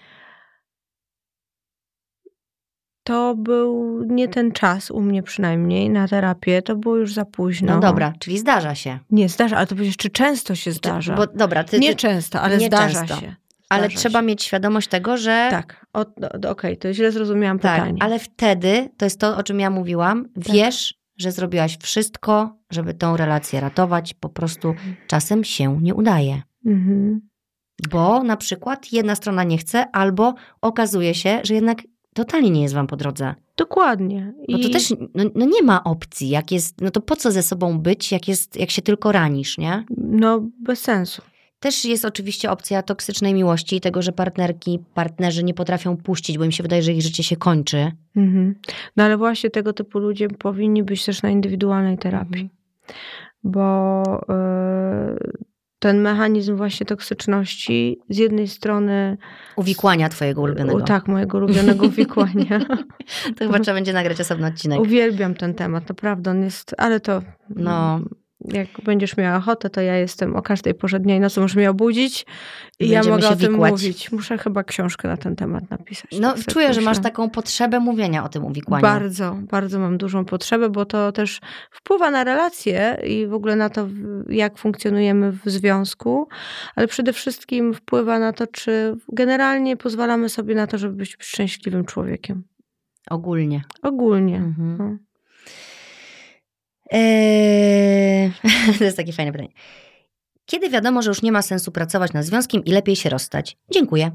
Speaker 2: to był nie ten czas u mnie przynajmniej na terapię, to było już za późno.
Speaker 1: No dobra, czyli zdarza się.
Speaker 2: Nie, zdarza, ale to przecież czy często się zdarza?
Speaker 1: Bo, dobra, ty,
Speaker 2: nie
Speaker 1: ty,
Speaker 2: często, ale
Speaker 1: nie
Speaker 2: zdarza
Speaker 1: często.
Speaker 2: się.
Speaker 1: ale
Speaker 2: Zdarza
Speaker 1: trzeba
Speaker 2: się.
Speaker 1: mieć świadomość tego, że...
Speaker 2: Tak, o, o, okej, to źle zrozumiałam
Speaker 1: tak,
Speaker 2: pytanie.
Speaker 1: ale wtedy, to jest to, o czym ja mówiłam, wiesz, że zrobiłaś wszystko, żeby tą relację ratować, po prostu czasem się nie udaje.
Speaker 2: Mhm.
Speaker 1: Bo na przykład jedna strona nie chce, albo okazuje się, że jednak totalnie nie jest wam po drodze.
Speaker 2: Dokładnie.
Speaker 1: Bo to
Speaker 2: I-
Speaker 1: też no, no nie ma opcji, jak jest, no to po co ze sobą być, jak, jest, jak się tylko ranisz, nie?
Speaker 2: No, bez sensu.
Speaker 1: Też jest oczywiście opcja toksycznej miłości, tego, że partnerki, partnerzy nie potrafią puścić, bo im się wydaje, że ich życie się kończy.
Speaker 2: Mhm. No ale właśnie tego typu ludzie powinni być też na indywidualnej terapii. Bo y, ten mechanizm właśnie toksyczności z jednej strony...
Speaker 1: Uwikłania twojego ulubionego.
Speaker 2: O, tak, mojego ulubionego uwikłania.
Speaker 1: To chyba trzeba będzie nagrać osobny odcinek.
Speaker 2: Uwielbiam ten temat, naprawdę on jest, ale to
Speaker 1: No.
Speaker 2: jak będziesz miała ochotę, to ja jestem o każdej porze dnia i nocy, możesz mnie obudzić i ja
Speaker 1: Będziemy
Speaker 2: mogę
Speaker 1: się
Speaker 2: o tym
Speaker 1: wikłać.
Speaker 2: mówić. Muszę chyba książkę na ten temat napisać.
Speaker 1: No
Speaker 2: tak sobie
Speaker 1: czuję, że masz
Speaker 2: myślę.
Speaker 1: taką potrzebę mówienia o tym uwikłaniu.
Speaker 2: Bardzo, bardzo mam dużą potrzebę, bo to też wpływa na relacje i w ogóle na to, w- jak funkcjonujemy w związku, ale przede wszystkim wpływa na to, czy generalnie pozwalamy sobie na to, żeby być szczęśliwym człowiekiem.
Speaker 1: Ogólnie.
Speaker 2: Ogólnie.
Speaker 1: Mhm.
Speaker 2: No.
Speaker 1: Eee, to jest takie fajne pytanie. Kiedy wiadomo, że już nie ma sensu pracować nad związkiem i lepiej się rozstać? Dziękuję.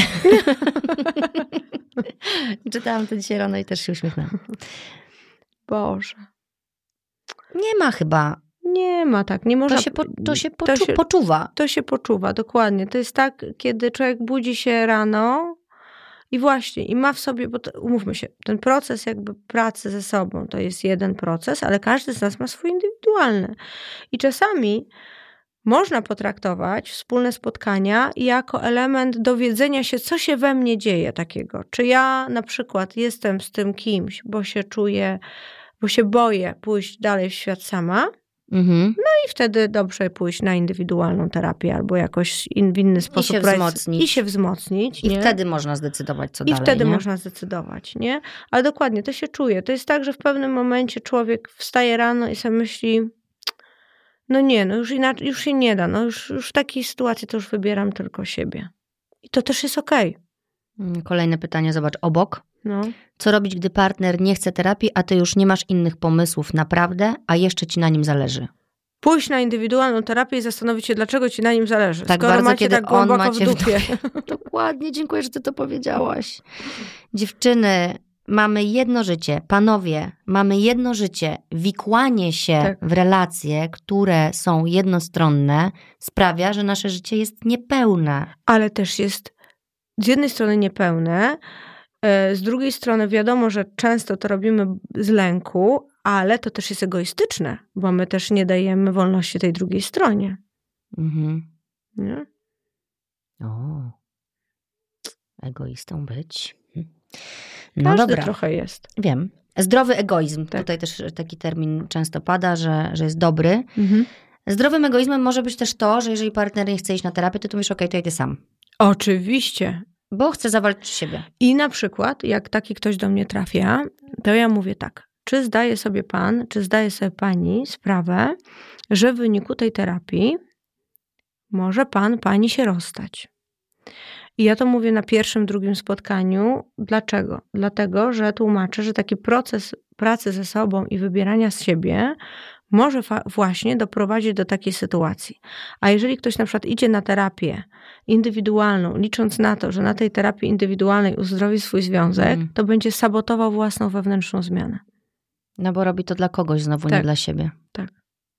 Speaker 1: Czytałam to dzisiaj rano i też się uśmiechnęłam.
Speaker 2: Boże.
Speaker 1: Nie ma chyba.
Speaker 2: Nie ma tak, nie można...
Speaker 1: To się, po, to się, poczu,
Speaker 2: to się-
Speaker 1: poczuwa.
Speaker 2: To się poczuwa, dokładnie. To jest tak, kiedy człowiek budzi się rano i właśnie, i ma w sobie, bo to, umówmy się, ten proces jakby pracy ze sobą to jest jeden proces, ale każdy z nas ma swój indywidualny. I czasami można potraktować wspólne spotkania jako element dowiedzenia się, co się we mnie dzieje takiego. Czy ja na przykład jestem z tym kimś, bo się czuję, bo się boję pójść dalej w świat sama,
Speaker 1: Mhm.
Speaker 2: i wtedy dobrze pójść na indywidualną terapię albo jakoś in, w inny sposób
Speaker 1: się
Speaker 2: radzić-
Speaker 1: wzmocnić.
Speaker 2: I się wzmocnić.
Speaker 1: I
Speaker 2: nie?
Speaker 1: wtedy można zdecydować, co
Speaker 2: I
Speaker 1: dalej.
Speaker 2: wtedy
Speaker 1: nie?
Speaker 2: można zdecydować, nie? Ale dokładnie, to się czuje. To jest tak, że w pewnym momencie człowiek wstaje rano i sobie myśli, no nie, no już inaczej, już się nie da, no już, już w takiej sytuacji to już wybieram tylko siebie. I to też jest okej.
Speaker 1: Mm, Kolejne pytanie, zobacz, obok.
Speaker 2: No.
Speaker 1: Co robić, gdy partner nie chce terapii, a ty już nie masz innych pomysłów naprawdę, a jeszcze ci na nim zależy?
Speaker 2: Pójść na indywidualną terapię i zastanowić się, dlaczego ci na nim zależy.
Speaker 1: Tak
Speaker 2: skoro
Speaker 1: bardzo,
Speaker 2: macie
Speaker 1: kiedy
Speaker 2: tak głęboko
Speaker 1: on macie
Speaker 2: w dupie.
Speaker 1: W dupie. Dokładnie, dziękuję, że ty to powiedziałaś. Dziewczyny, mamy jedno życie. Panowie, mamy jedno życie. Wikłanie się tak. w relacje, które są jednostronne, sprawia, że nasze życie jest niepełne.
Speaker 2: Ale też jest z jednej strony niepełne, z drugiej strony wiadomo, że często to robimy z lęku, ale to też jest egoistyczne, bo my też nie dajemy wolności tej drugiej stronie. Mhm. Nie?
Speaker 1: O, egoistą być. No
Speaker 2: Każdy
Speaker 1: dobra.
Speaker 2: trochę jest.
Speaker 1: Wiem. Zdrowy egoizm.
Speaker 2: Tak.
Speaker 1: Tutaj też taki termin często pada, że, że jest dobry.
Speaker 2: Mhm.
Speaker 1: Zdrowym egoizmem może być też to, że jeżeli partner nie chce iść na terapię, to ty mówisz, okej, okay, to idę sam.
Speaker 2: Oczywiście.
Speaker 1: Bo chcę zawalczyć siebie.
Speaker 2: I na przykład, jak taki ktoś do mnie trafia, to ja mówię tak. Czy zdaje sobie pan, czy zdaje sobie pani sprawę, że w wyniku tej terapii może pan, pani się rozstać? I ja to mówię na pierwszym, drugim spotkaniu. Dlaczego? Dlatego, że tłumaczę, że taki proces pracy ze sobą i wybierania z siebie może fa- właśnie doprowadzić do takiej sytuacji. A jeżeli ktoś na przykład idzie na terapię indywidualną, licząc na to, że na tej terapii indywidualnej uzdrowi swój związek, mm. to będzie sabotował własną wewnętrzną zmianę.
Speaker 1: No bo robi to dla kogoś znowu,
Speaker 2: tak.
Speaker 1: nie dla siebie.
Speaker 2: Tak.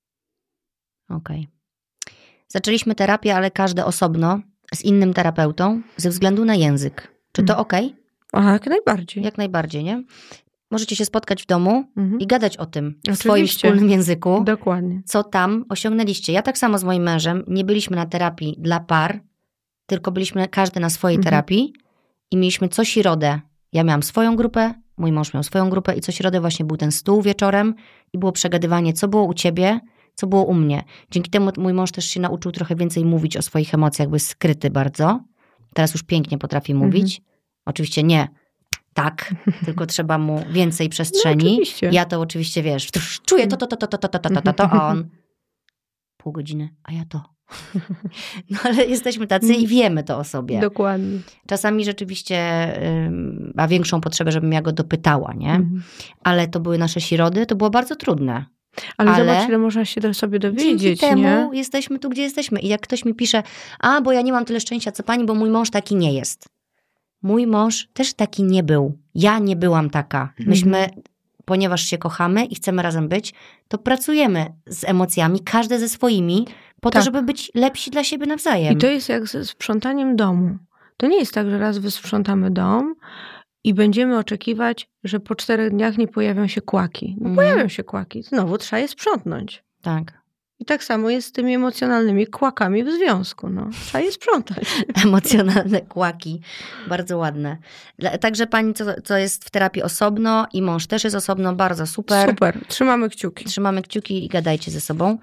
Speaker 1: Okej. Okay. Zaczęliśmy terapię, ale każde osobno, z innym terapeutą, ze względu na język. Czy to okej? Okay?
Speaker 2: A, jak najbardziej.
Speaker 1: Jak najbardziej, nie? Możecie się spotkać w domu mhm. i gadać o tym w
Speaker 2: Oczywiście.
Speaker 1: swoim wspólnym języku.
Speaker 2: Dokładnie.
Speaker 1: Co tam osiągnęliście. Ja tak samo z moim mężem nie byliśmy na terapii dla par, tylko byliśmy każdy na swojej mhm. terapii i mieliśmy co środę. Ja miałam swoją grupę, mój mąż miał swoją grupę i co środę właśnie był ten stół wieczorem i było przegadywanie, co było u ciebie, co było u mnie. Dzięki temu mój mąż też się nauczył trochę więcej mówić o swoich emocjach, był skryty bardzo. Teraz już pięknie potrafi mówić. Mhm. Oczywiście nie tak, tylko trzeba mu więcej przestrzeni.
Speaker 2: No,
Speaker 1: ja to oczywiście, wiesz, czuję to, to, to, to, to, to, to, to, to, a on pół godziny, a ja to. No ale jesteśmy tacy i wiemy to o sobie.
Speaker 2: Dokładnie.
Speaker 1: Czasami rzeczywiście ma większą potrzebę, żebym ja go dopytała, nie? Mhm. Ale to były nasze środy, to było bardzo trudne.
Speaker 2: Ale, ale zobacz, ile można się sobie dowiedzieć,
Speaker 1: dzięki temu
Speaker 2: nie?
Speaker 1: jesteśmy tu, gdzie jesteśmy. I jak ktoś mi pisze, a bo ja nie mam tyle szczęścia co pani, bo mój mąż taki nie jest. Mój mąż też taki nie był. Ja nie byłam taka. Myśmy, mhm. ponieważ się kochamy i chcemy razem być, to pracujemy z emocjami, każde ze swoimi, po tak. to, żeby być lepsi dla siebie nawzajem.
Speaker 2: I to jest jak ze sprzątaniem domu. To nie jest tak, że raz wysprzątamy dom i będziemy oczekiwać, że po czterech dniach nie pojawią się kłaki. No mhm. pojawią się kłaki. Znowu trzeba je sprzątnąć.
Speaker 1: Tak.
Speaker 2: I tak samo jest z tymi emocjonalnymi kłakami w związku. No. Trzeba je sprzątać.
Speaker 1: Emocjonalne kłaki. Bardzo ładne. Także pani, co, co jest w terapii osobno i mąż też jest osobno, bardzo super.
Speaker 2: Super. Trzymamy kciuki.
Speaker 1: Trzymamy kciuki i gadajcie ze sobą.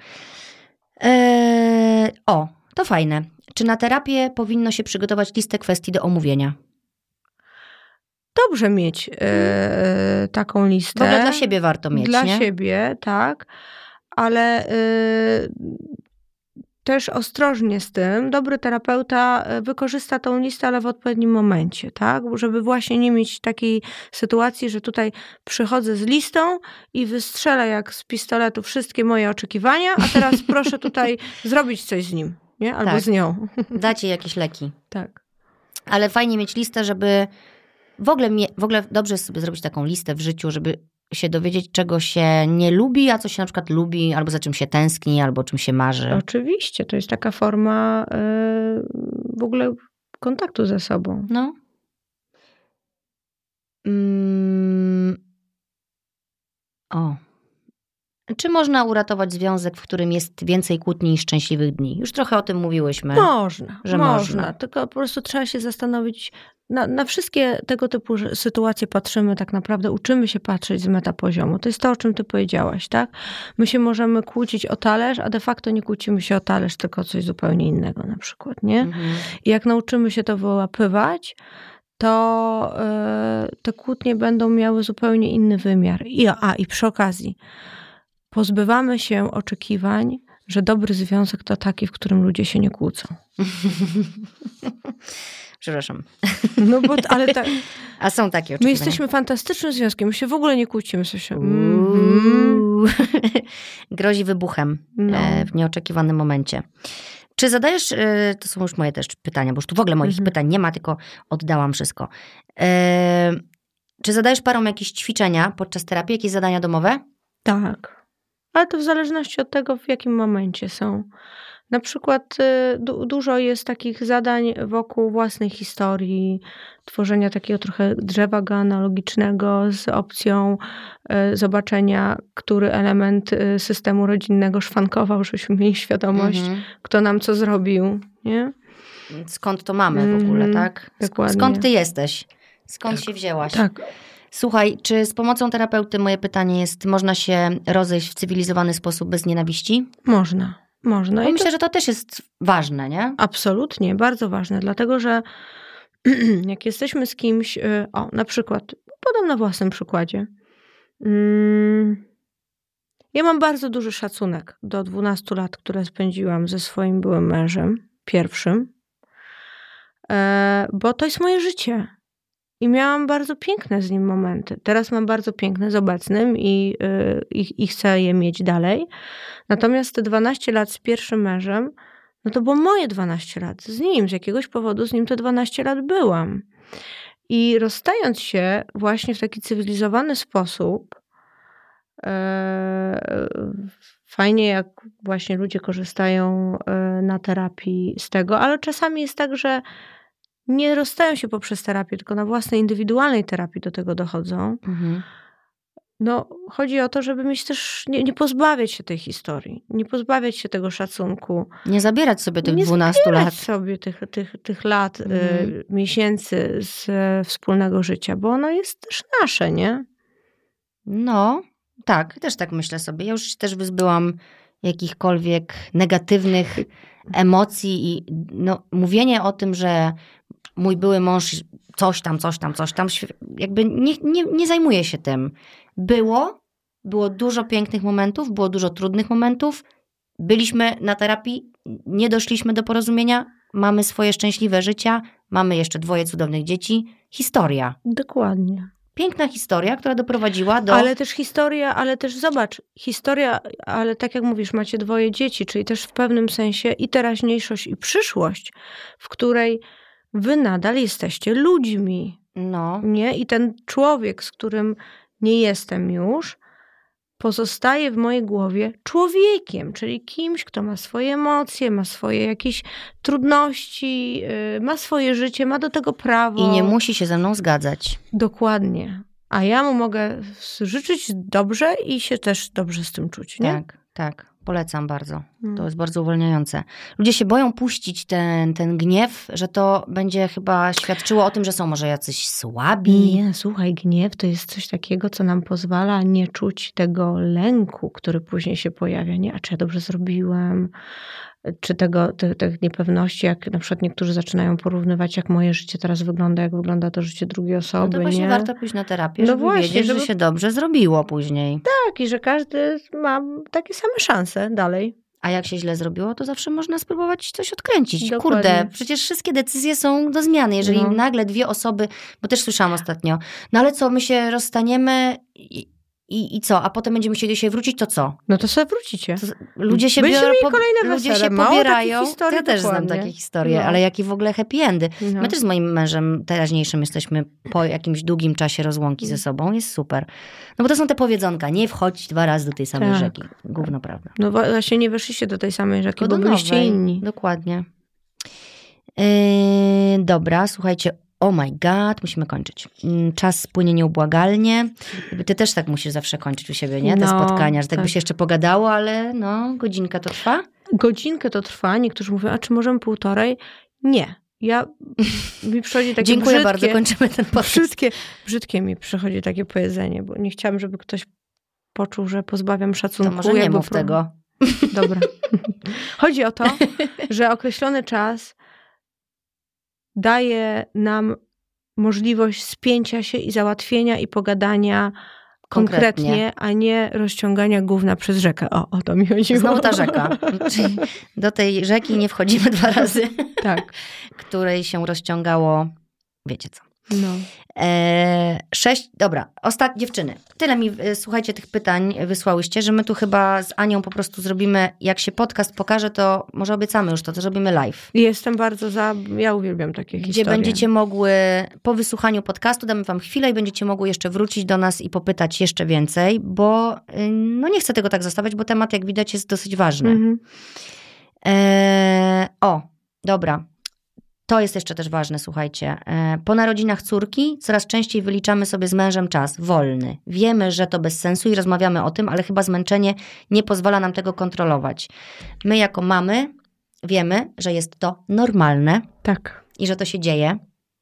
Speaker 1: Eee, o, to fajne. Czy na terapię powinno się przygotować listę kwestii do omówienia?
Speaker 2: Dobrze mieć e, taką listę.
Speaker 1: W ogóle dla siebie warto mieć,
Speaker 2: Dla
Speaker 1: nie?
Speaker 2: siebie, tak. Ale y, też ostrożnie z tym. Dobry terapeuta wykorzysta tą listę, ale w odpowiednim momencie, tak? Żeby właśnie nie mieć takiej sytuacji, że tutaj przychodzę z listą i wystrzelę jak z pistoletu wszystkie moje oczekiwania, a teraz proszę tutaj zrobić coś z nim, nie? Albo
Speaker 1: tak.
Speaker 2: z nią.
Speaker 1: Dacie jakieś leki.
Speaker 2: Tak.
Speaker 1: Ale fajnie mieć listę, żeby w ogóle, w ogóle dobrze jest sobie zrobić taką listę w życiu, żeby się dowiedzieć, czego się nie lubi, a co się na przykład lubi, albo za czym się tęskni, albo czym się marzy.
Speaker 2: Oczywiście, to jest taka forma yy, w ogóle kontaktu ze sobą.
Speaker 1: No. Mm. O. Czy można uratować związek, w którym jest więcej kłótni niż szczęśliwych dni? Już trochę o tym mówiłyśmy.
Speaker 2: Można,
Speaker 1: że
Speaker 2: można.
Speaker 1: można.
Speaker 2: Tylko po prostu trzeba się zastanowić. Na, na wszystkie tego typu sytuacje patrzymy tak naprawdę, uczymy się patrzeć z metapoziomu. To jest to, o czym ty powiedziałaś, tak? My się możemy kłócić o talerz, a de facto nie kłócimy się o talerz, tylko o coś zupełnie innego na przykład, nie? Mhm. I jak nauczymy się to wyłapywać, to yy, te kłótnie będą miały zupełnie inny wymiar. I, a, i przy okazji pozbywamy się oczekiwań, że dobry związek to taki, w którym ludzie się nie kłócą.
Speaker 1: Przepraszam.
Speaker 2: No bo, ale tak,
Speaker 1: A są takie
Speaker 2: My
Speaker 1: oczekiwania.
Speaker 2: jesteśmy fantastycznym związkiem, my się w ogóle nie kłócimy. Się.
Speaker 1: Mm. Grozi wybuchem
Speaker 2: No.
Speaker 1: e, w nieoczekiwanym momencie. Czy zadajesz, e, to są już moje też pytania, bo już tu w ogóle moich
Speaker 2: Mhm.
Speaker 1: pytań nie ma, tylko oddałam wszystko. E, czy zadajesz parom jakieś ćwiczenia podczas terapii, jakieś zadania domowe?
Speaker 2: Tak. Ale to w zależności od tego, w jakim momencie są. Na przykład y, du- dużo jest takich zadań wokół własnej historii, tworzenia takiego trochę drzewa genealogicznego z opcją y, zobaczenia, który element y, systemu rodzinnego szwankował, żebyśmy mieli świadomość,
Speaker 1: Mhm.
Speaker 2: kto nam co zrobił, nie?
Speaker 1: Skąd to mamy w ogóle,
Speaker 2: Mhm,
Speaker 1: tak? Sk-
Speaker 2: dokładnie.
Speaker 1: Skąd ty jesteś? Skąd
Speaker 2: Tak.
Speaker 1: się wzięłaś?
Speaker 2: Tak.
Speaker 1: Słuchaj, czy z pomocą terapeuty, moje pytanie jest, można się rozejść w cywilizowany sposób bez nienawiści?
Speaker 2: Można. Można.
Speaker 1: Bo
Speaker 2: I
Speaker 1: myślę,
Speaker 2: to
Speaker 1: że to też jest ważne, nie?
Speaker 2: absolutnie, bardzo ważne, dlatego że jak jesteśmy z kimś, y, o, na przykład, podam na własnym przykładzie. Mm, Ja mam bardzo duży szacunek do dwunastu lat, które spędziłam ze swoim byłym mężem, pierwszym, e, bo to jest moje życie. I miałam bardzo piękne z nim momenty. Teraz mam bardzo piękne z obecnym i, y, i, i chcę je mieć dalej. Natomiast te dwanaście lat z pierwszym mężem, no to było moje dwanaście lat. Z nim, z jakiegoś powodu z nim te dwanaście lat byłam. I rozstając się właśnie w taki cywilizowany sposób, e, fajnie jak właśnie ludzie korzystają e, na terapii z tego, ale czasami jest tak, że nie rozstają się poprzez terapię, tylko na własnej indywidualnej terapii do tego dochodzą.
Speaker 1: Mhm.
Speaker 2: No, chodzi o to, żeby mieć też, nie, nie pozbawiać się tej historii, nie pozbawiać się tego szacunku.
Speaker 1: Nie zabierać sobie tych
Speaker 2: nie
Speaker 1: dwunastu
Speaker 2: zabierać
Speaker 1: lat.
Speaker 2: sobie tych, tych, tych lat,
Speaker 1: Mhm.
Speaker 2: y, miesięcy z e, wspólnego życia, bo ono jest też nasze, nie?
Speaker 1: No, tak, też tak myślę sobie. Ja już się też wyzbyłam jakichkolwiek negatywnych emocji i no, mówienie o tym, że mój były mąż coś tam, coś tam, coś tam, jakby nie, nie, nie zajmuję się tym. Było, było dużo pięknych momentów, było dużo trudnych momentów. Byliśmy na terapii, nie doszliśmy do porozumienia, mamy swoje szczęśliwe życia, mamy jeszcze dwoje cudownych dzieci. Historia.
Speaker 2: Dokładnie.
Speaker 1: Piękna historia, która doprowadziła do...
Speaker 2: Ale też historia, ale też zobacz, historia, ale tak jak mówisz, macie dwoje dzieci, czyli też w pewnym sensie i teraźniejszość, i przyszłość, w której wy nadal jesteście ludźmi,
Speaker 1: No,
Speaker 2: nie? I ten człowiek, z którym nie jestem już, pozostaje w mojej głowie człowiekiem, czyli kimś, kto ma swoje emocje, ma swoje jakieś trudności, yy, ma swoje życie, ma do tego prawo.
Speaker 1: i nie musi się ze mną zgadzać.
Speaker 2: Dokładnie. A ja mu mogę życzyć dobrze i się też dobrze z tym czuć, nie?
Speaker 1: Tak, tak. Polecam bardzo.
Speaker 2: Mm.
Speaker 1: To jest bardzo uwalniające. Ludzie się boją puścić ten, ten gniew, że to będzie chyba świadczyło o tym, że są może jacyś słabi.
Speaker 2: Nie, słuchaj, gniew to jest coś takiego, co nam pozwala nie czuć tego lęku, który później się pojawia. Nie, a czy ja dobrze zrobiłem? Czy tego, te, tych niepewności, jak na przykład niektórzy zaczynają porównywać, jak moje życie teraz wygląda, jak wygląda to życie drugiej osoby.
Speaker 1: No to właśnie
Speaker 2: nie?
Speaker 1: warto pójść na terapię,
Speaker 2: No
Speaker 1: żeby
Speaker 2: właśnie,
Speaker 1: wiedzieć,
Speaker 2: żeby-
Speaker 1: że się dobrze zrobiło później.
Speaker 2: Tak, i że każdy ma takie same szanse dalej.
Speaker 1: A jak się źle zrobiło, to zawsze można spróbować coś odkręcić.
Speaker 2: Dokładnie.
Speaker 1: Kurde, przecież wszystkie decyzje są do zmiany. Jeżeli
Speaker 2: No.
Speaker 1: nagle dwie osoby, bo też słyszałam ostatnio, no ale co, my się rozstaniemy i, i, i co? A potem będziemy chcieli się wrócić, to co?
Speaker 2: No to sobie wrócicie.
Speaker 1: To ludzie się
Speaker 2: Będziemy
Speaker 1: biorą,
Speaker 2: mieli
Speaker 1: po,
Speaker 2: kolejne
Speaker 1: ludzie
Speaker 2: wesele.
Speaker 1: się
Speaker 2: Mało
Speaker 1: pobierają.
Speaker 2: takich historii,
Speaker 1: Ja też znam
Speaker 2: dokładnie.
Speaker 1: takie historie,
Speaker 2: No.
Speaker 1: ale jakie w ogóle happy endy.
Speaker 2: No.
Speaker 1: My też z moim mężem teraźniejszym jesteśmy po jakimś długim czasie rozłąki ze sobą. Jest super. No bo to są te powiedzonka, nie wchodź dwa razy do tej samej
Speaker 2: Tak.
Speaker 1: rzeki. Gówno prawda.
Speaker 2: No właśnie nie weszliście do tej samej rzeki,
Speaker 1: Tylko
Speaker 2: bo
Speaker 1: do
Speaker 2: byliście
Speaker 1: nowej.
Speaker 2: inni.
Speaker 1: Dokładnie. Yy, dobra, słuchajcie. Oh my god, musimy kończyć. Yy, Czas płynie nieubłagalnie. Jakby Ty też tak musisz zawsze kończyć u siebie, nie? Te
Speaker 2: No,
Speaker 1: spotkania, że tak, by
Speaker 2: tak.
Speaker 1: się jeszcze pogadało, ale no, godzinka to trwa.
Speaker 2: Godzinkę to trwa, niektórzy mówią, a czy możemy półtorej? Nie. Ja, mi przychodzi takie
Speaker 1: Dziękuję
Speaker 2: brzydkie,
Speaker 1: bardzo, kończymy ten podcast.
Speaker 2: brzydkie, brzydkie mi przychodzi takie powiedzenie, bo nie chciałam, żeby ktoś poczuł, że pozbawiam szacunku.
Speaker 1: To może nie
Speaker 2: jakby
Speaker 1: mów
Speaker 2: pro-
Speaker 1: tego.
Speaker 2: Dobra. Chodzi o to, że określony czas daje nam możliwość spięcia się i załatwienia i pogadania konkretnie,
Speaker 1: Konkretnie.
Speaker 2: a nie rozciągania gówna przez rzekę. O, o to mi chodziło.
Speaker 1: Znowu ta rzeka. Czyli do tej rzeki nie wchodzimy dwa razy,
Speaker 2: Tak.
Speaker 1: której się rozciągało, wiecie co.
Speaker 2: No.
Speaker 1: E, sześć, dobra, ostatnie dziewczyny. Tyle mi, słuchajcie, tych pytań wysłałyście, że my tu chyba z Anią po prostu zrobimy, jak się podcast pokaże, to może obiecamy już to, to zrobimy live.
Speaker 2: Jestem bardzo za, ja uwielbiam takie
Speaker 1: gdzie
Speaker 2: historie.
Speaker 1: będziecie mogły, po wysłuchaniu podcastu, damy wam chwilę i będziecie mogły jeszcze wrócić do nas i popytać jeszcze więcej, bo no nie chcę tego tak zostawiać, bo temat, jak widać, jest dosyć ważny. Mhm. E, o, dobra. To jest jeszcze też ważne, słuchajcie. Po narodzinach córki coraz częściej wyliczamy sobie z mężem czas wolny. Wiemy, że to bez sensu i rozmawiamy o tym, ale chyba zmęczenie nie pozwala nam tego kontrolować. My jako mamy wiemy, że jest to normalne.
Speaker 2: Tak.
Speaker 1: I że to się dzieje.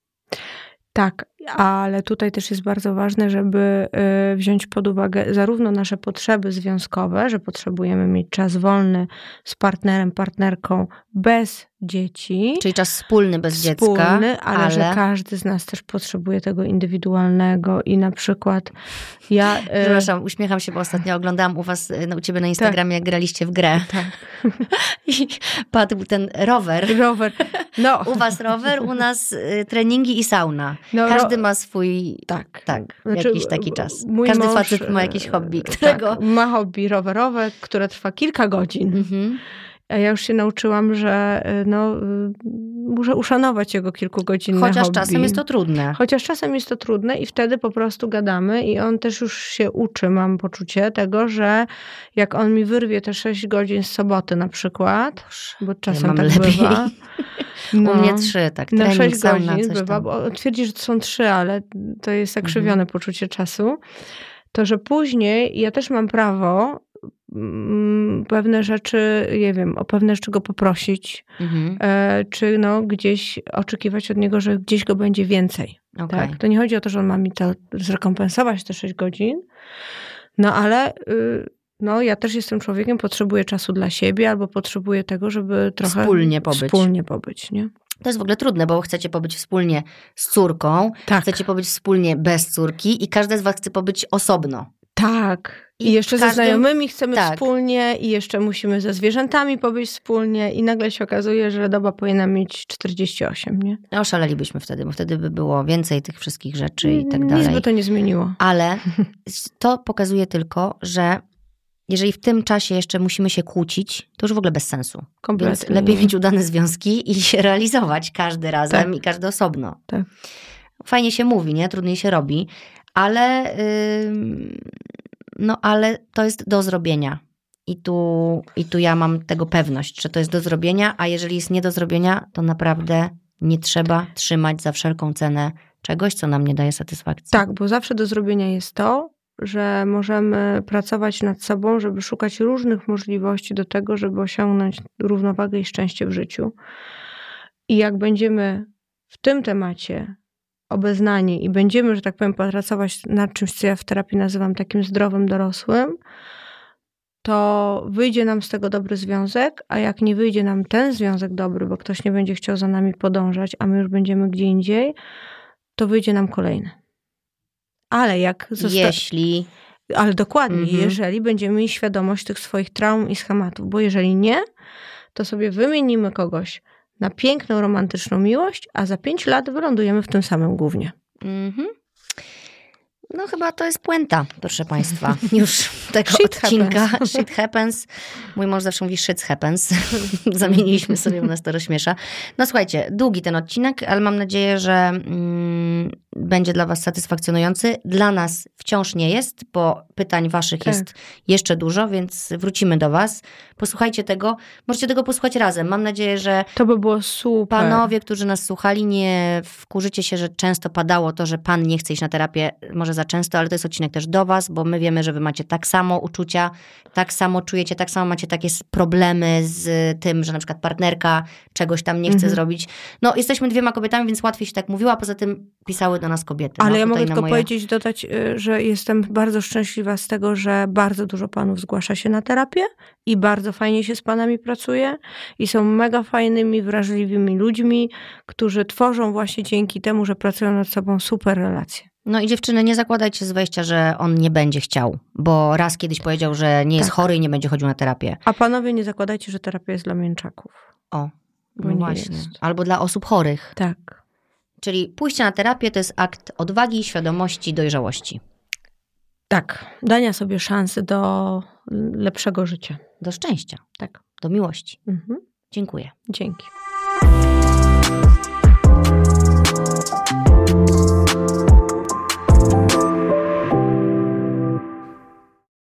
Speaker 2: Tak, ale tutaj też jest bardzo ważne, żeby wziąć pod uwagę zarówno nasze potrzeby związkowe, że potrzebujemy mieć czas wolny z partnerem, partnerką bez dzieci.
Speaker 1: Czyli czas wspólny bez
Speaker 2: wspólny,
Speaker 1: dziecka.
Speaker 2: ale, ale że każdy z nas też potrzebuje tego indywidualnego i na przykład ja...
Speaker 1: Przepraszam, uśmiecham się, bo ostatnio oglądałam u was, u ciebie na Instagramie, tak. jak graliście w grę.
Speaker 2: Tak.
Speaker 1: I padł ten rower.
Speaker 2: Rower. No.
Speaker 1: U was rower, u nas treningi i sauna. No, Każdy ma swój,
Speaker 2: tak,
Speaker 1: tak znaczy, jakiś taki czas. Każdy mąż, facet ma jakieś hobby, którego...
Speaker 2: Tak, ma hobby rowerowe, które trwa kilka godzin. Mhm. A ja już się nauczyłam, że no, muszę uszanować jego kilkugodzinne
Speaker 1: Chociaż
Speaker 2: hobby.
Speaker 1: czasem jest to trudne.
Speaker 2: Chociaż czasem jest to trudne i wtedy po prostu gadamy i on też już się uczy, mam poczucie tego, że jak on mi wyrwie te sześć godzin z soboty na przykład, bo czasem
Speaker 1: ja
Speaker 2: tak
Speaker 1: lepiej.
Speaker 2: bywa.
Speaker 1: No, u mnie trzy, tak.
Speaker 2: Na
Speaker 1: trening,
Speaker 2: sześć
Speaker 1: sauna,
Speaker 2: godzin bywa,
Speaker 1: tam.
Speaker 2: bo on twierdzi, że to są trzy, ale to jest zakrzywione mhm. poczucie czasu. To, że później ja też mam prawo pewne rzeczy, nie wiem, o pewne rzeczy go poprosić, mhm. e, czy no gdzieś oczekiwać od niego, że gdzieś go będzie więcej. Okay. Tak? To nie chodzi o to, że on ma mi to zrekompensować te sześć godzin, no ale y, no, ja też jestem człowiekiem, potrzebuję czasu dla siebie albo potrzebuję tego, żeby trochę
Speaker 1: wspólnie pobyć.
Speaker 2: Wspólnie pobyć, nie?
Speaker 1: To jest w ogóle trudne, bo chcecie pobyć wspólnie z córką, tak. chcecie pobyć wspólnie bez córki i każdy z was chce pobyć osobno.
Speaker 2: Tak. I, I jeszcze każdym... ze znajomymi chcemy tak. wspólnie i jeszcze musimy ze zwierzętami pobyć wspólnie i nagle się okazuje, że doba powinna mieć czterdzieści osiem, nie?
Speaker 1: No, szalelibyśmy wtedy, bo wtedy by było więcej tych wszystkich rzeczy i tak dalej.
Speaker 2: Nic by to nie zmieniło.
Speaker 1: Ale to pokazuje tylko, że jeżeli w tym czasie jeszcze musimy się kłócić, to już w ogóle bez sensu.
Speaker 2: Kompletnie.
Speaker 1: Więc lepiej mieć udane związki i się realizować każdy razem tak. i każdy osobno.
Speaker 2: Tak.
Speaker 1: Fajnie się mówi, nie? Trudniej się robi. Ale, yy, no, ale to jest do zrobienia. I tu, I tu ja mam tego pewność, że to jest do zrobienia, a jeżeli jest nie do zrobienia, to naprawdę nie trzeba trzymać za wszelką cenę czegoś, co nam nie daje satysfakcji.
Speaker 2: Tak, bo zawsze do zrobienia jest to, że możemy pracować nad sobą, żeby szukać różnych możliwości do tego, żeby osiągnąć równowagę i szczęście w życiu. I jak będziemy w tym temacie obeznani i będziemy, że tak powiem, pracować nad czymś, co ja w terapii nazywam takim zdrowym dorosłym, to wyjdzie nam z tego dobry związek, a jak nie wyjdzie nam ten związek dobry, bo ktoś nie będzie chciał za nami podążać, a my już będziemy gdzie indziej, to wyjdzie nam kolejny. Ale jak... Zosta-
Speaker 1: Jeśli...
Speaker 2: Ale dokładnie, mhm.
Speaker 1: jeżeli
Speaker 2: będziemy mieli świadomość tych swoich traum i schematów, bo jeżeli nie, to sobie wymienimy kogoś na piękną, romantyczną miłość, a za pięć lat wylądujemy w tym samym gównie.
Speaker 1: Mhm. No chyba to jest puenta, proszę państwa. Już tego
Speaker 2: shit
Speaker 1: odcinka.
Speaker 2: Happens.
Speaker 1: Shit happens. Mój mąż zawsze mówi shit happens. Zamieniliśmy sobie, u nas to rozśmiesza. No słuchajcie, długi ten odcinek, ale mam nadzieję, że mm, będzie dla was satysfakcjonujący. Dla nas wciąż nie jest, bo pytań waszych tak. jest jeszcze dużo, więc wrócimy do was. Posłuchajcie tego. Możecie tego posłuchać razem. Mam nadzieję, że
Speaker 2: to by było super.
Speaker 1: Panowie, którzy nas słuchali, nie wkurzycie się, że często padało to, że pan nie chce iść na terapię, może za często, ale to jest odcinek też do was, bo my wiemy, że wy macie tak samo uczucia, tak samo czujecie, tak samo macie takie problemy z tym, że na przykład partnerka czegoś tam nie chce mhm. zrobić. No, jesteśmy dwiema kobietami, więc łatwiej się tak mówiło, a poza tym pisały do nas kobiety.
Speaker 2: Ale
Speaker 1: no,
Speaker 2: ja mogę tylko
Speaker 1: moje...
Speaker 2: powiedzieć, dodać, że jestem bardzo szczęśliwa z tego, że bardzo dużo panów zgłasza się na terapię i bardzo fajnie się z panami pracuje i są mega fajnymi, wrażliwymi ludźmi, którzy tworzą właśnie dzięki temu, że pracują nad sobą super relacje.
Speaker 1: No i dziewczyny, nie zakładajcie z wejścia, że on nie będzie chciał, bo raz kiedyś powiedział, że nie jest tak. chory i nie będzie chodził na terapię.
Speaker 2: A panowie, nie zakładajcie, że terapia jest dla mięczaków.
Speaker 1: O, no właśnie. Jest. Albo dla osób chorych.
Speaker 2: Tak.
Speaker 1: Czyli pójście na terapię to jest akt odwagi, świadomości, dojrzałości.
Speaker 2: Tak, dania sobie szansy do lepszego życia.
Speaker 1: Do szczęścia.
Speaker 2: Tak.
Speaker 1: Do miłości.
Speaker 2: Mhm.
Speaker 1: Dziękuję.
Speaker 2: Dzięki.